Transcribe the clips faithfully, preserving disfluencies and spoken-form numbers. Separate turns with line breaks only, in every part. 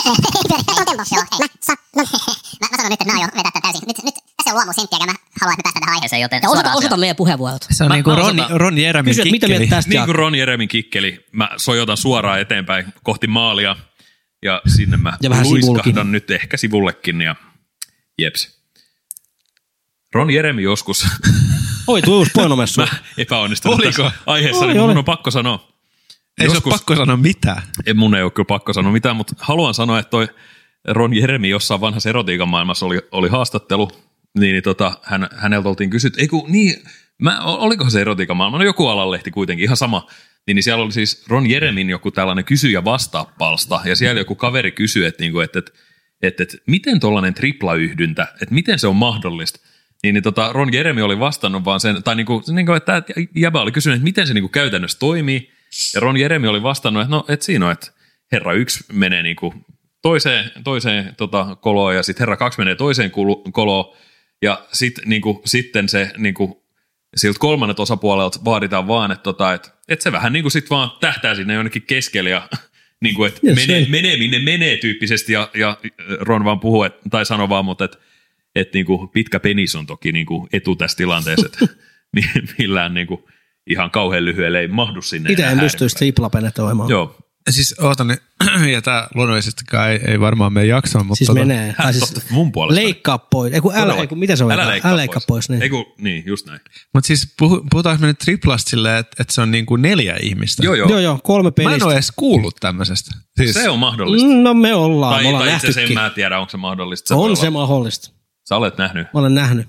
On tempo. Joo. Mä, sa, no, mä, mä sanon nyt, että mä aion vetää tätä täysin. Nyt, nyt tässä on luomusinttiä, ja mä haluan, että me päästään tähän aiheeseen, joten
ja
suoraan
osoita meidän puheenvuorot.
Se on
mä,
niin kuin Ron, Ron Jeremin
Kysy,
kikkeli.
mitä tästä
niin kuin Ron Jeremin kikkeli. Mä sojotan suoraan eteenpäin kohti maalia. Ja sinne mä
ja
luiskahdan nyt ehkä sivullekin. Ja jeps. Ron Jeremi joskus.
Oi, tuo uusi pornomessu.
Mä epäonnistunut
Oliko?
tässä aiheessa,
Oli,
niin mun
oli.
on pakko sanoa.
Ei joskus... se ole pakko sanoa mitään.
Ei, mun ei ole kyllä pakko sanoa mitään, mutta haluan sanoa, että toi Ron Jeremi jossain vanhassa erotiikan maailmassa oli, oli haastattelu, niin, niin tota, hän, häneltä oltiin kysytty, ei kun niin, mä, olikohan se erotiikan maailma, no joku alanlehti kuitenkin, ihan sama, niin, niin siellä oli siis Ron Jeremin joku tällainen kysy- ja vastaa-palsta, ja siellä joku kaveri kysyi, että, että, että, että, että miten tollainen triplayhdyntä, että miten se on mahdollista, niin, niin tota, Ron Jeremi oli vastannut vaan sen, tai niin kuin, niin kuin että jäbä oli kysynyt, että miten se niin kuin käytännössä toimii, ja Ron Jeremi oli vastannut, että no, että siinä on, että herra yksi menee niin kuin toiseen, toiseen tota, koloon ja sitten herra kaksi menee toiseen koloon ja sit, niinku, sitten se niinku, siltä kolmannet osapuolelta vaaditaan vaan, että tota, et, et se vähän niinku sit vaan tähtää sinne jonnekin keskelle ja niinku, että menee, menee minne menee tyyppisesti ja, ja Ron vaan puhuu, et, tai sanoo vaan, mutta että et, niinku, pitkä penis on toki niinku, etu tässä tilanteessa, että millään niinku, ihan kauhean lyhyelle ei mahdu sinne.
Itse en pystyisi triplapenetoimaan.
Joo.
Siis ootan, ja tämä luonnollisestikaan ei, ei varmaan mene jaksoon, mutta...
Siis
tota,
menee.
Hän
siis
mun puolesta.
Leikkaa pois. Eiku älä, eiku, mitä se on?
Älä leikkaa,
älä leikkaa pois. pois niin.
Eiku, niin, just näin.
Mutta siis puh, puhutaanko me nyt triplasta silleen, että, että se on niin kuin neljä ihmistä?
Joo, joo.
Joo, joo, kolme pelistä.
Mä en ole edes kuullut tämmöisestä. Siis,
se on mahdollista.
No me ollaan,
tai,
me ollaan
tai itse asiassa
nähtykin.
en mä tiedä, onko se mahdollista. Se
on se mahdollista.
Sä olet nähnyt.
Mä olen nähnyt.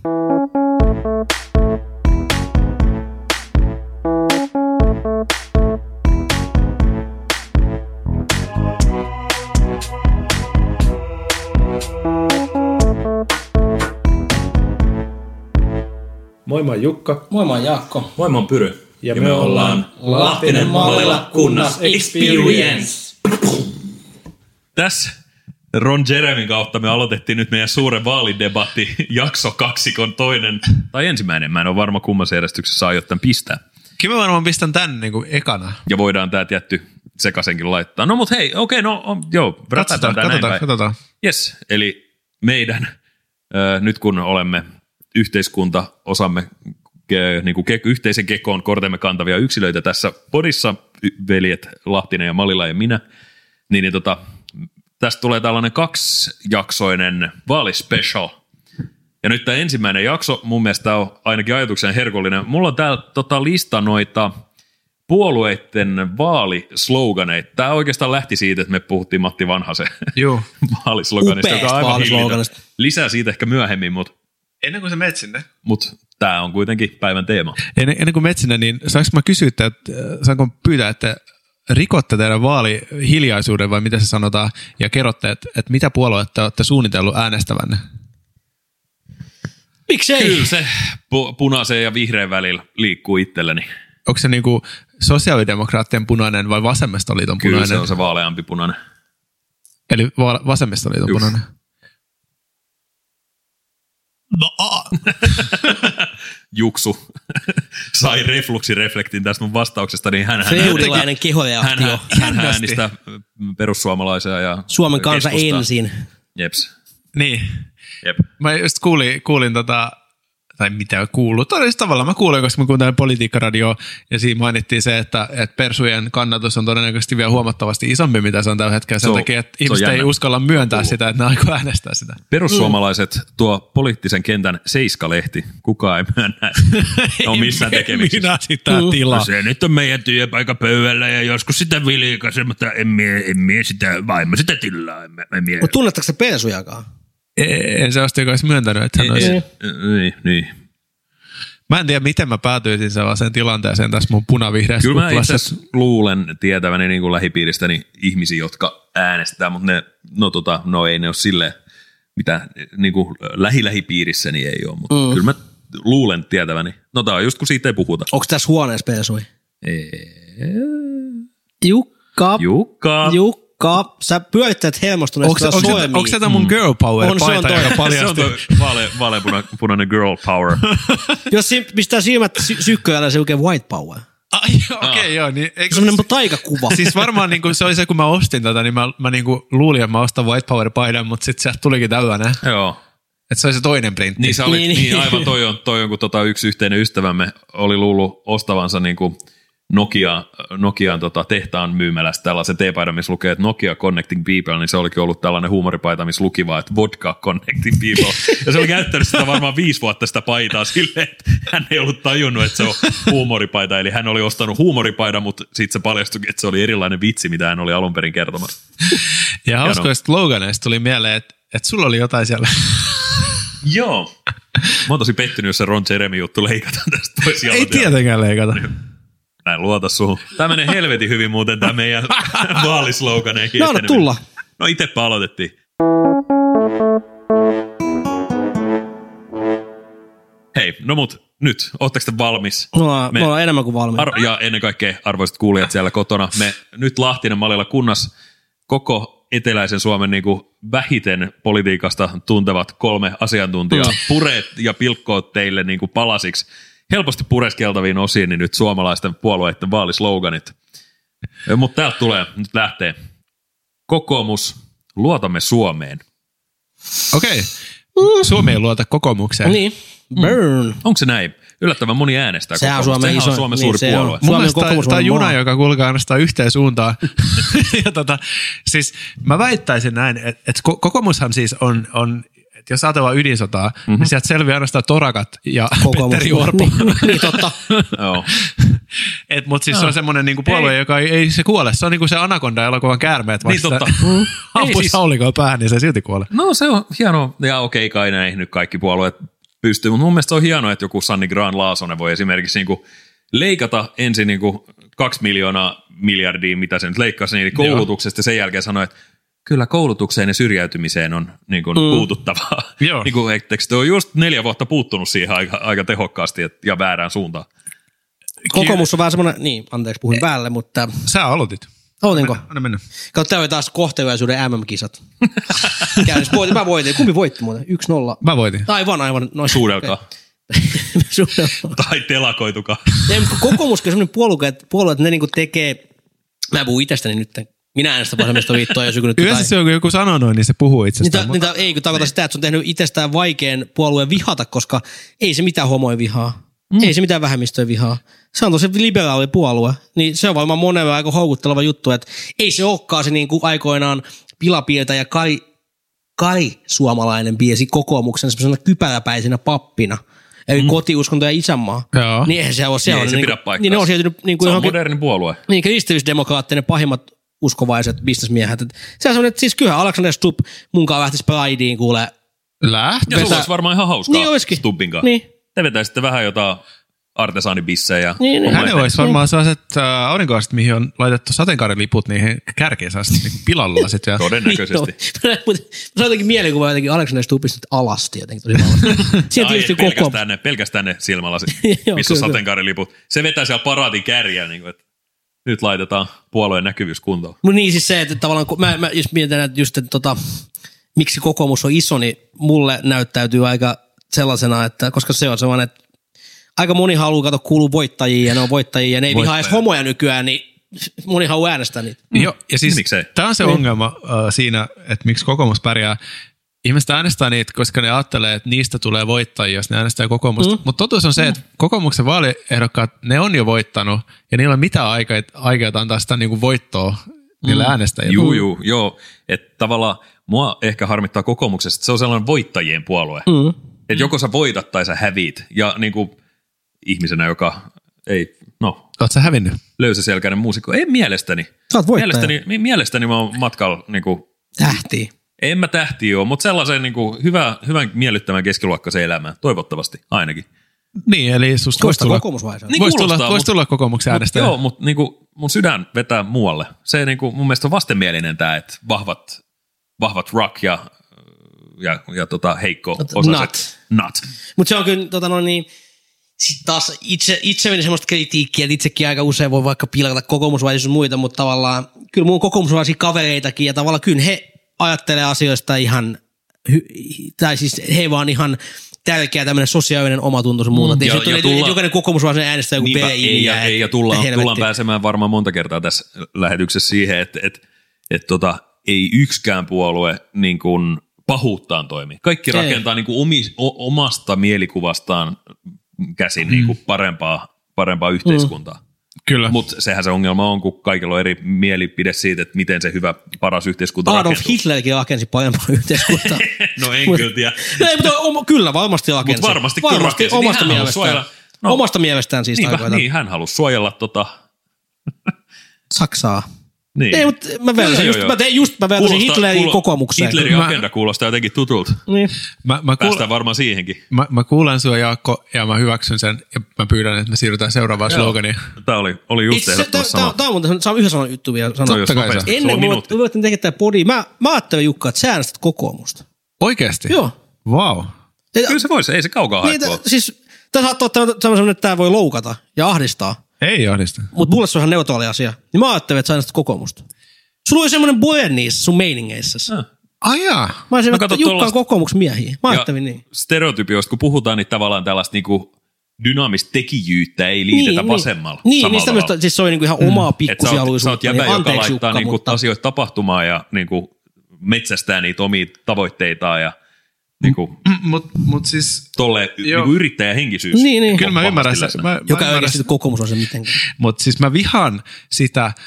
Moi, mä oon Jukka.
Moi, mä oon Jaakko.
Moi, mä oon Pyry.
Ja, ja me, me ollaan
Lahtinen Mallila kunnas Experience.
Tässä Ron Jeremin kautta me aloitettiin nyt meidän suuren vaalidebatti jakso kaksikon toinen, tai ensimmäinen, mä en ole varma kummassa järjestyksessä aiot tämän pistää.
Kyllä mä varmaan pistän tän niin kuin ekana.
Ja voidaan tää tietty sekaisenkin laittaa. No mut hei, okei, okay, no joo,
katsotaan, katsotaan, katsotaan.
Yes, eli meidän, äh, nyt kun olemme yhteiskunta, osamme ke, niin kuin ke, yhteisen kekoon kortemme kantavia yksilöitä tässä podissa, veljet Lahtinen ja Malila ja minä, niin, niin tota, tästä tulee tällainen kaksijaksoinen vaalispecial. Ja nyt tämä ensimmäinen jakso, mun mielestä on ainakin ajatuksen herkullinen. Mulla on täällä tota, lista noita puolueiden vaalisloganeita. Tämä oikeastaan lähti siitä, että me puhuttiin Matti Vanhasen vaalisloganista, joka on aivan hillitön. Lisää siitä ehkä myöhemmin, mutta
ennen kuin sä menet sinne.
Mutta tämä on kuitenkin päivän teema.
Ennen, ennen kuin menet sinne, niin saanko mä kysyä, että saanko pyytää, että rikotte teidän vaalihiljaisuuden vai mitä se sanotaan, ja kerrotte, että, että mitä puoluetta olette suunnitellut äänestävänne?
Miksei?
Kyllä se pu- punaisen ja vihreän välillä liikkuu itselleni.
Onko se niinku sosiaalidemokraattien punainen vai vasemmistoliiton
Kyllä
punainen?
Kyllä se on se vaaleampi punainen.
Eli va- vasemmistoliiton
Juh.
punainen?
No, Juksu sai refluksireflektin tästä mun vastauksesta, niin hän
Freudilainen kehoreaktio.
Hän, hän, hän äänistä perussuomalaisia ja
Suomen kansa
keskustaa.
ensin.
Jeps.
Niin.
Jep.
Mä just kuulin, kuulin tota, tai mitä kuullut, tavallaan mä kuulin, koska mä kuuntelin politiikkaradioa, ja siinä mainittiin se, että, että persujen kannatus on todennäköisesti vielä huomattavasti isompi, mitä se on tällä hetkellä sen
so,
takia, että ihmiset ei uskalla myöntää Kuulu. sitä, että ne aikoo äänestää sitä.
Perussuomalaiset, tuo poliittisen kentän Seiska-lehti, kukaan ei myönnä, on missään tekemisissä.
Minä sitä tilaa.
No se nyt on meidän työpaikan pöydällä ja joskus sitä vilikaisen, mutta en mie, en mie sitä, vaimo sitä tilaa. En, en mie.
Mutta tunnetteko se persujakaan?
En se olisi, joka olisi myöntänyt, että hän olisi.
Niin, niin.
Mä en tiedä, miten mä päätyisin sellaiseen tilanteeseen tässä mun punavihreässä
kuplassa. Kyllä mä itse
asiassa
luulen tietäväni niin kuin lähipiiristäni ihmisiä, jotka äänestää, mutta ne, no, tota, no ei ne ole silleen, mitä niin kuin lähi-lähipiirissäni ei ole, mutta mm. kyllä mä luulen tietäväni. No tää on just kun siitä ei puhuta.
Onko tässä huoneessa persui?
Ei.
Jukka.
Jukka.
Jukka. Ka, sä pyörittäät hermostuneesti
onko, onko, onko, onko tätä mun girl power
on,
paita, joka paljasti?
Se on vaale, vaaleanpunainen girl power.
Jos pistää silmät sy- sykköjällä, se oikein white power.
Ai, okei, okay, joo. Niin, eikö,
Sellainen taikakuva.
siis varmaan niin kuin, se oli se, kun mä ostin tätä, niin mä, mä niin kuin luulin, että mä ostan White Power-paidan, mutta sitten sieltä tulikin tällainen.
Joo.
Että se oli se toinen printti.
Niin, se oli,
Niin,
niin,
niin.
niin aivan toi on, toi on kun tota yksi yhteinen ystävämme oli luullut ostavansa niin kuin Nokia, Nokian tota tehtaan myymälästä tällaisen teepaidan, missä lukee, että Nokia Connecting People, niin se olikin ollut tällainen huumoripaita, missä luki vaan, että Vodka Connecting People. Ja se oli käyttänyt sitä varmaan viisi vuotta sitä paitaa silleen, että hän ei ollut tajunnut, että se on huumoripaita. Eli hän oli ostanut huumoripaidan, mutta sitten se paljastuikin, että se oli erilainen vitsi, mitä hän oli alun perin kertomassa.
Ja hauskoista sloganeista tuli mieleen, että, että sulla oli jotain siellä.
Joo. Mä oon tosi pettynyt, jos se Ron Jeremy juttu leikataan tästä pois.
Ei tietenkään leikata.
Mä en luota suhun. Tää menee helvetin hyvin muuten tää meidän vaalisloganeihin.
No, anna tulla.
No itepä aloitettiin. Hei, no mut nyt, ootteko te valmis?
Me ollaan, me, me ollaan enemmän kuin valmiita.
Ar- ja ennen kaikkea arvoisat kuulijat siellä kotona. Me nyt Lahtinen mallilla kunnas koko eteläisen Suomen niin kuin vähiten politiikasta tuntevat kolme asiantuntijaa mm. pureet ja pilkkoot teille niin kuin palasiksi helposti pureskeltaviin osiin, niin nyt suomalaisten puolueiden vaalisloganit. Mutta täältä tulee, nyt lähtee. Kokoomus, luotamme Suomeen.
Okei. Suomi ei luota kokoomukseen.
Niin, burn.
Onko se näin? Yllättävän moni äänestää
Sehän on
kokoomusta.
Suomen
Sehän on
iso-
Suomen
niin,
suuri
se on.
puolue.
Mun
Suomen
mielestä
kokoomus
tämä
on
juna,
maa.
joka kulkee ainoastaan yhteen suuntaan. ja tota, siis mä väittäisin näin, että, että kokoomushan siis on, on että jos ajatellaan ydinsotaa, mm-hmm. niin sieltä selviää ainoastaan torakat ja
Kokoomus.
Petteri Orpo.
Niin, niin, totta.
Joo.
Mutta siis se on semmoinen niinku puolue, ei. joka ei, ei se kuole. Se on niinku se Anaconda-elokuvan käärmeet.
Niin totta.
Ampuisi siis haulikoon päähän, niin se silti kuolee.
No se on hienoa. Ja okei, kai näin nyt kaikki puolueet pystyy, mutta mun mielestä se on hienoa, että joku Sanni Grahn-Laasonen voi esimerkiksi niinku leikata ensin niinku kaksi miljoonaa miljardia, mitä se nyt leikkasi niin koulutuksesta, ja sen jälkeen sanoi, että kyllä koulutukseen ja syrjäytymiseen on niin kuin mm. puututtavaa. niin kuin, etteikö te ole just neljä vuotta puuttunut siihen aika, aika tehokkaasti et, ja väärään suuntaan?
Kokoomus on vähän semmoinen, niin anteeksi puhuin päälle, mutta...
Sä aloitit.
Aloitinko?
Anna mennä.
Kato, tää oli taas kohteliaisuuden M M-kisat. Käynnissä. Mä voitin. Kumpi voitti muuten? yksi nolla.
Mä voitin.
Aivan, aivan. Noin.
Suudelkaa.
Suudelkaa.
Tai telakoitukaa.
Ei, mutta kokoomuskin on semmoinen puolue, että, puolue, että ne niinku tekee... Mä puhun itsestäni nyt. Minä äänestän vasemmistoliittoa, jos joku nyt...
Yleensä se on, kun joku sanoo noin, niin se puhuu itsestään.
Niitä, niitä, ei, kun tarkoita sitä, että se on tehnyt itsestään vaikean puolueen vihata, koska ei se mitään homoja vihaa. Mm. Ei se mitään vähemmistöä vihaa. Se on tosi liberaali puolue. Niin se on varmaan monelle aika houkutteleva juttu, että ei se olekaan se niin kuin aikoinaan pilapiirtäjä Kai, Kai suomalainen biesi kokoomuksen semmoisena kypäräpäisenä pappina. Eli mm. kotiuskonto ja isänmaa.
Joo.
Niin eihän se ole. Se,
niin
on,
se
niin,
pidä paikkaansa.
niin ne on sieltynyt... Niin kuin
se on
johonkin,
moderni puolue.
niin, kristillisdemokraattinen pahimmat uskovaiset bisnesmiehet. Se on semmoinen, että siis kyllähän Alexander Stubb munkaan lähtisi Prideen kuule.
Lähtö?
Ja sulla olisi varmaan ihan hauskaa
niin olisikin.
Stubbin kanssa.
Niin.
Te vetäisitte vähän jotain artesaanibissejä.
Niin, niin.
Hänellä olisi varmaan sellaiset äh, aurinkoaset, mihin on laitettu sateenkaariliput niihin kärkeensä niin pilalla sitten vielä.
Todennäköisesti.
Niin, mutta se on jotenkin mielikuva jotenkin Alexander Stubbista nyt alasti jotenkin tosi vahvasti. Siinä tietysti koko...
pelkästään, ne, pelkästään ne silmälasit, missä on sateenkaariliput. Se vetää siellä paraatin kärjää, niin kuin, että nyt laitetaan puolueen näkyvyys kuntoon.
Mutta niin siis se, että tavallaan, kun mä, mä jos mietin, että just, että tota, miksi kokoomus on iso, niin mulle näyttäytyy aika sellaisena, että koska se on sellainen, että aika moni haluaa katsoa kuuluu voittajia ja ne on voittajia ja ne ei vihaa edes homoja nykyään, niin moni haluaa äänestää niitä.
Mm. Joo, ja siis
Miksei?
tämä on se ongelma uh, siinä, että miksi kokoomus pärjää. Ihmiset äänestää niitä, koska ne ajattelee, että niistä tulee voittajia, jos ne äänestää kokoomusta. Mm. Mutta totuus on se, että kokoomuksen vaaliehdokkaat, ne on jo voittanut ja niillä on mitään aikeita antaa sitä niinku voittoa niille mm. äänestäjille.
Juu, juu, joo. Että tavallaan mua ehkä harmittaa kokoomuksesta, että se on sellainen voittajien puolue. Mm. Että joko sä voitat tai sä häviit. Ja niin kuin ihmisenä, joka ei, no...
Oot sä hävinnyt?
Löysäselkäinen muusikko. Ei mielestäni.
Sä oot voittaja.
Mielestäni, mielestäni mä oon matkalla niin kuin...
Tähtiä.
En mä tähtiä ole, mutta sellaisen niin kuin hyvä, hyvän miellyttävän keskiluokkaisen elämään. Toivottavasti, ainakin.
Niin, eli susta voisi tulla,
Niin
vois tulla,
mut,
vois tulla kokoomuksen äänestäjä.
Joo, mutta niin kuin mun sydän vetää muualle. Se niin kuin, mun mielestä on vastenmielinen tämä, että vahvat, vahvat rock ja, ja, ja tota, heikko osaiset.
Not. Mutta se on kyllä tota no niin... Sitten taas itse, itse meni semmoista kritiikkiä, että itsekin aika usein voi vaikka pilkata kokoomusvaisia muita, mutta tavallaan kyllä mun on kokoomusvaisia kavereitakin ja tavallaan kyllä he ajattelee asioista ihan, tai siis he vaan ihan tärkeä tämmöinen sosiaalinen omatunto sun muuta. Mm.
Ja-
Ja,
ja
ja
tulla-
jokainen kokoomuslaisen äänestää joku
Niinpä,
B I.
ei, ja, ei, ja tullaan,
helvetti.
tullaan pääsemään varmaan monta kertaa tässä lähetyksessä siihen, että et, et tota, ei yksikään puolue niin kuin pahuuttaan toimi. Kaikki
Ei.
rakentaa niin kuin omi, o, omasta mielikuvastaan käsin mm. niin kuin parempaa, parempaa yhteiskuntaa. Mm.
Kyllä.
Mutta sehän se ongelma on, kun kaikilla on eri mielipide siitä, että miten se hyvä, paras yhteiskunta
Adolf
rakentuu.
Hitlerkin rakensi parempaa yhteiskuntaa.
No en kyllä tiedä.
Ei, mutta om, kyllä varmasti rakensi.
Mut varmasti kyllä rakensi. Niin
omasta
hän halusi
mielestään.
suojella-
No,
no,
omasta mielestään siis
Niinpä,
tarkoitan.
niin, hän halusi suojella tota...
Saksaa.
Niin.
Ei, mutta mä vertasin
Joo,
just,
joo,
mä tein just, mä vertasin
Kuulostaa-
Hitlerin
kuulo-
kokoomukseen.
Hitlerin
Mä-
agenda kuulostaa jotenkin tutulta.
Niin.
Mä, mä, kuul,
Päästään varmaan siihenkin.
mä, mä kuulen sua, Jaakko, ja mä hyväksyn sen, ja mä pyydän, että me siirrytään seuraavaan sloganiin.
Tämä oli, oli just
Itse,
ehdottomasti
tää,
sama.
tää, tää on muuten, saa yhden sanan juttu vielä sanoa.
No, jos
Totta kai
nopeasti.
saa.
Sulla
Ennen
on
kuin
minuutti.
me ruvettiin tekemään tää podi, mä, mä ajattelin Jukka, että sä äänestät kokoomusta.
Oikeesti?
Joo.
Wow.
Kyllä se voisi, ei se kaukaa
Niin,
haettua.
t- siis tämä saattaa olla sellainen, että tämä voi loukata ja ahdistaa,
Ei ahdista.
mutta mulle se on ihan neutraali asia. Niin mä ajattelin, että sä äänestät kokoomusta. Sulla oli semmoinen boe niissä sun meiningeissä.
Ah.
Ai jaa.
Mä olisin,
Mä
että
katson
Jukka on
tollasta-
kokoomuksen miehiä. Mä
Ja
ajattelin niin.
stereotypioista, kun puhutaan, niin tavallaan tällaista niinku dynaamista tekijyyttä ei liitetä
niin,
vasemmalla.
Niin,
samalla
niin tämmöistä,
tavalla.
siis se oli niinku ihan omaa
Et sä oot, sä
pikkusialuisuutta.
oot jäbä,
niin
joka
anteeksi
laittaa
Jukka,
niinku
mutta
asioita tapahtumaan ja niinku metsästää niitä omia tavoitteitaan ja niinku
Mut, mut siis,
tolle
Joo.
niinku yrittäjähenkisyys.
Niin, niin.
on
kyllä mä
vahvasti
ymmärrän sen.
läsnä.
Mä, mä
joka ei
ymmärrän
oikeasti kokoomus on se mitenkään.
Mutta siis mä vihaan sitä, äh,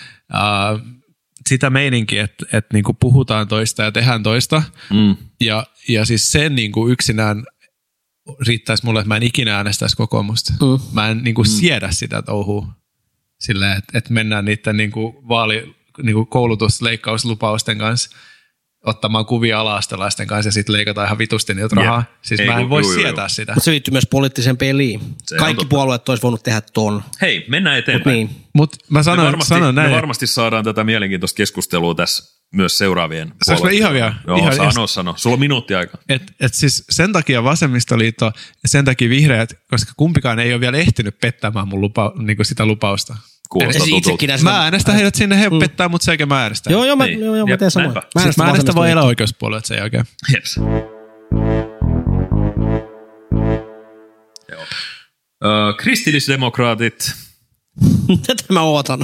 sitä meininkiä, että et niinku puhutaan toista ja tehdään toista.
Mm.
Ja, ja siis sen niinku yksinään riittäisi mulle, että mä en ikinä äänestäisi kokoomusta.
Mm.
Mä en niinku mm. siedä sitä touhua silleen, että et mennään niiden niinku vaali, niinku koulutusleikkauslupausten kanssa ottamaan kuvia ala-astelaisten kanssa ja sitten leikataan ihan vitusti niiltä
Jep.
rahaa. Siis
Ei,
mä en
kun-
voi
juu, juu,
sietää
juu.
sitä.
Mutta se liittyy myös poliittiseen peliin.
Se on
Kaikki
totta.
puolueet olisi voinut tehdä ton.
Hei, mennään
Mut
eteenpäin.
niin.
Mutta mä
Me
sanon,
varmasti,
sanon näin.
me varmasti saadaan tätä mielenkiintoista keskustelua tässä myös seuraavien
Saanko mä
puolueiden.
ihan vielä?
Joo,
Ihan-
sano, sano. Sulla on minuutti aikaa.
Et, et siis sen takia vasemmistoliitto ja sen takia vihreät, koska kumpikaan ei ole vielä ehtinyt pettämään mun lupa, niinku sitä lupausta.
Kuulostaa
Ja siis
tutulta.
itsekin näistä-
Mä äänestän heidät sinne, he pettää mut sekä mä äänestän.
Joo, joo, mä,
Niin.
joo, joo, mä
Jep,
teen samoin.
näinpä.
Siis mä äänestän vaan
vasemmistoliittoa.
eläoikeuspuolueet sen jälkeen.
Jeps. Joo. Ö, kristillisdemokraatit,
Tätä mä ootan.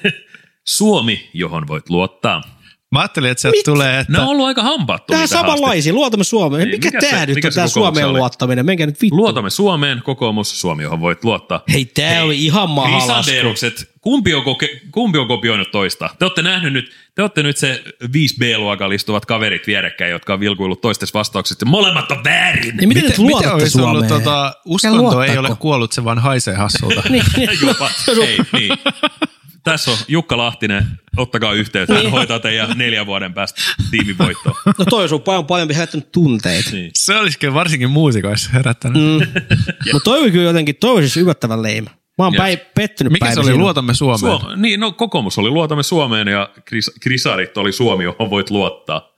Suomi, johon voit luottaa.
Mä ajattelin, että sieltä
Mit?
tulee, että
Nämä on ollut aika hampaattomia
Tähän
tähän asti.
samanlaisia. Luotamme Suomeen.
Niin,
Mikä
mikä se-
tää nyt
mikä
on
se
tää
kokoomuksen
Suomeen
oli?
luottaminen? Menkää nyt vittu.
Luotamme Suomeen, kokoomus, Suomi, johon voit luottaa.
Hei, tää oli ihan mahalasku.
Risanderukset, kumpi on, koke, kumpi on kopioinut toista? Te olette nähnyt nyt, te olette nyt se viisi B-luokalla istuvat kaverit vierekkäin, jotka on vilkuillut toistessa vastauksesta. Molemmat on väärin.
Ja miten nyt
miten
luotatte
olisi
Suomeen?
ollut, tota, uskonto ei
luottaako?
ole kuollut, se vaan haisee hassulta.
Niin, niin.
Jopa, ei, niin. Tässä on Jukka Lahtinen, ottakaa yhteyttä, hän hoitaa teidän neljän vuoden päästä tiimivoittoon.
No toi on sun paljon paljon herättänyt tunteita.
Niin.
Se olisikin varsinkin muusikoissa herättänyt. Mm.
Mutta toi oli kyllä jotenkin, toi oli siis yllättävän leima. Mä oon
Jep.
päi, pettynyt
Mikä
päivä
se oli?
siinä.
Luotamme Suomeen.
Suom- niin, no kokoomus oli Luotamme Suomeen ja kris- krisarit oli Suomi, johon voit luottaa.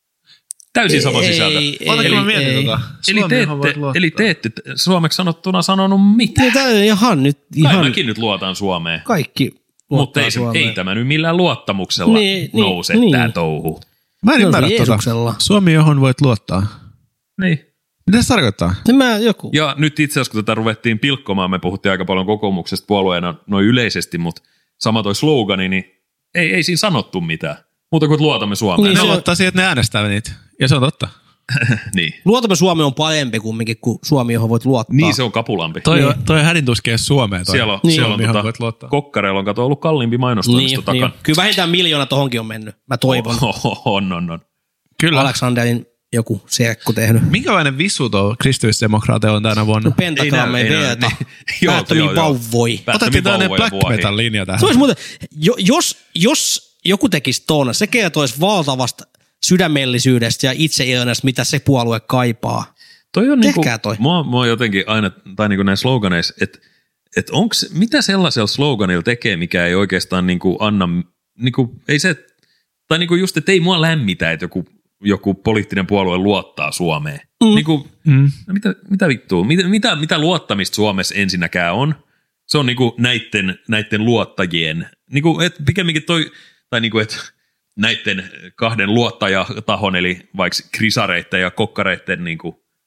Täysin sama
Ei,
sisältö.
ei,
Otanko mä mietin
ei.
tota?
Eli
Suomi,
te,
johon voit
ette,
luottaa.
eli te ette suomeksi sanottuna sanonut mitään.
Niin tää on ihan nyt,
Kai
ihan
mäkin nyt luotan Suomeen.
kaikki
Mutta
luottaa
ei, se-
Suomeen.
ei tämä nyt millään luottamuksella
Niin, niin,
nouse
niin.
tämä touhu.
Mä en
Se on
ymmärrä
se
tota.
Jeesuksella.
Suomi, johon voit luottaa.
Niin.
Mitä se tarkoittaa?
Niin mä joku.
Ja nyt itse asiassa, kun tätä ruvettiin pilkkomaan, me puhuttiin aika paljon kokoomuksesta puolueena noin yleisesti, mutta sama toi slogani, niin ei, ei siinä sanottu mitään. Muuta kuin että luotamme Suomeen.
Niin,
Ne
se on-
luottaa siihen, että ne äänestää niitä. Ja se on totta.
niin.
Luotamme Suomi on parempi kumminkin kuin Suomi, johon voit luottaa.
niin se on kapulampi.
Toi,
Niin.
on, toi hädintuskin edes Suomeen. Toi.
Siellä on,
Niin.
siellä on
Suomi, johon
tota,
voit luottaa.
Kokkareilla on kato ollut kalliimpi mainostoimisto
niin,
takana.
niin. Kyllä vähintään miljoona tohonkin on mennyt. Mä toivon.
on, on, on.
Kyllä.
Aleksanderin joku serkku tehnyt.
Minkälainen visu tuo kristillisdemokraateilla on tänä vuonna?
No pentagramme
Ei näy, ei näy,
veeta.
niin. Joo,
Päättömiä
joo, joo.
vauvoi.
Otettiin
Päättömiä
tämmöinen
vauvoja
black
vuohiin.
metal linja tähän.
Se olisi muuten, jo, jos, jos joku tekisi ton, se kertoisi valtavasta sydämellisyydestä ja itseilmästä, mitä se puolue kaipaa.
Toi on niinku,
Tehkää toi.
mua, mua jotenkin aina, tai niinku näissä sloganeissa, että et onks, mitä sellaisella sloganilla tekee, mikä ei oikeastaan niinku anna, niinku, ei se, tai niinku just, että ei mua lämmitä, että joku, joku poliittinen puolue luottaa Suomeen. Mm. Niinku,
Mm.
no mitä, mitä vittua, mitä, mitä, mitä luottamista Suomessa ensinnäkään on? Se on niinku näitten, näitten luottajien, niinku, et pikemminkin toi, tai niinku, että näitten kahden luottajatahon, eli vaikka krisareitten ja kokkareitten niinku,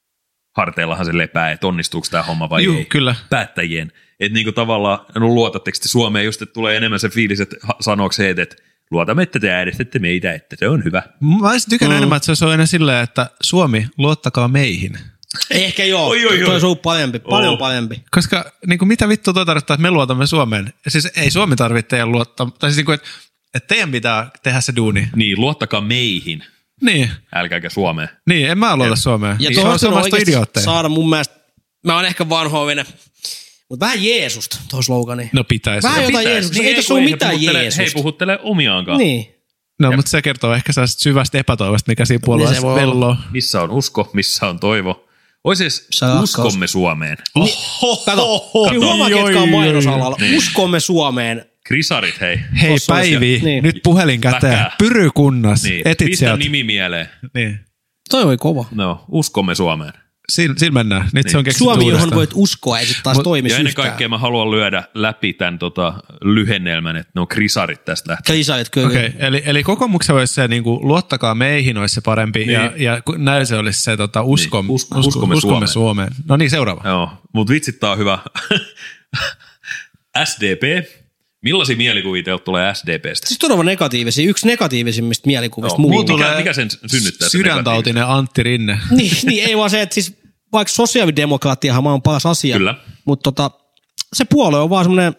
harteillahan se lepää, että onnistuuko tämä homma vai
Juh,
ei.
kyllä.
Päättäjien. Että niinku tavallaan, no luotatteko te Suomeen just, että tulee enemmän se fiilis, että sanooko se, että luotamme, että te äänestätte meitä, että se on hyvä.
Mä olisin tykännyt mm. enemmän, että se on aina silleen, että Suomi, luottakaa meihin.
Ehkä joo,
Oi, oi, oi.
toi on parempi, paljon
Oo.
parempi.
Koska niin kuin mitä vittua toi tarkoittaa, että me luotamme Suomeen. Siis ei Suomi tarvitse teidän luottaa, tai siis niin kuin, että, että teidän pitää tehdä se duuni.
Niin, luottakaa meihin,
Niin,
älkääkä Suomeen.
niin en mä luota Suomeen.
Ja
Niin,
tuohon
se on
on
vasta
oikeasti
idiootteja.
saada mun mielestä, mä oon ehkä vanhoinen, mutta vähän Jeesusta tuohon sloganiin.
No pitäisi.
Vähän
No,
jotain
Pitäis.
Jeesusta,
Niin,
ei
kun
tässä ole
he
mitään
puhuttele-
Jeesusta.
He ei puhuttele omiaankaan.
Niin.
no mutta se kertoo ehkä sellaista syvästä epätoivosta, mikä siinä
Niin
puolueessa
se voi
velloo.
Missä on usko, missä on toivo. Olisi edes
Se on rakkaus.
uskomme Suomeen.
Oho,
Kato, niin huomaa, ketkä on mainosalalla. Uskomme Suomeen.
Krisarit, hei.
Hei
Tossa olisi-
Päivi,
niin.
nyt puhelin käteen.
Väkää.
Pyry kunnas.
Niin.
Etit
Pistä
sieltä.
nimi mieleen.
Niin.
Toi oli kova.
No, uskomme Suomeen.
Sillä sil mennään. Nyt se on keksitty
Suomi, johon
uudestaan.
voit uskoa, ei sitten taas
Mut-
toimi
Ja ennen
yhtään.
kaikkea mä haluan lyödä läpi tämän tota, lyhennelmän, että ne on krisarit tästä lähtien.
Krisarit kyllä.
Okei, okay, eli, eli kokoomuksen olisi se, niin kuin, luottakaa meihin olisi se parempi, niin. ja, ja ku- näin se olisi se tota, uskom,
Niin, usko-
usko,
uskomme
uskomme
Suomeen.
Suomeen. No niin, seuraava.
Joo, mutta vitsit tää on hyvä. S D P. Millaisia mielikuvia teiltä tulee S D P:stä?
Siis todella negatiivisia. Yksi negatiivisimmista mielikuvista
Joo,
mulla.
mikä, mikä sen synnyttää? se
Sydäntautinen Antti Rinne.
niin, niin, ei vaan se, että siis vaikka sosiaalidemokraattiahan on paras asia,
Kyllä.
mutta tota, se puolue on vaan semmoinen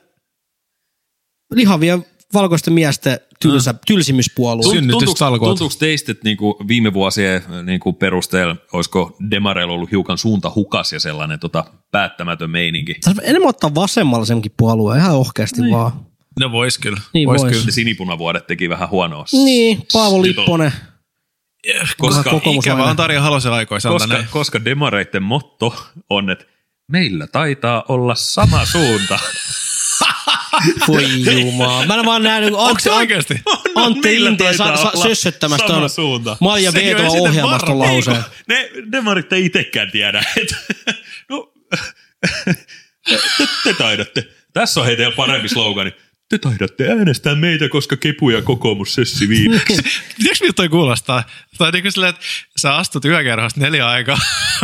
lihavien valkoisten miesten tylsä, tylsimyspuolue.
Syn- synnytystalkoot.
Tuntuuko teistä, että niinku viime vuosien niinku perusteella, olisiko demareilla ollut hiukan suunta hukas ja sellainen tota, päättämätön meininki?
Tässä enemmän ottaa vasemmalla senkin puolueen, ihan ohkeasti niin. vaan.
No vois kyllä.
Niin
vois
vois.
kyllä.
Ne sinipunavuodet teki vähän huonoa.
Niin, Paavo
Nyt on-
Lipponen.
Koska,
kokoomus-
Ikävä on Tarja Halosen aikoissa antaa
koska,
näin.
koska demareiden motto on, että meillä taitaa olla sama suunta.
Voi jumaa. Mä en vaan nähnyt
Onko
Antti,
se oikeasti?
Antti
Meillä
Rinteen sa-
taitaa
sa-
olla
sössöttämästä
sama
on
suunta.
Maija
Se ei
Veetola
ole sitten
ohjelmasta
varma.
lauseen.
Ne demarit ei itsekään tiedä. Että, no, te, te taidatte. Tässä on heitä parempi slogani. Te taidatte äänestää meitä, koska Kepu ja kokoomus sössi viimeksi.
Tiedätkö miltä toi kuulostaa? Tai niin kuin silleen, että sä astut yökerhosta neljä aikaa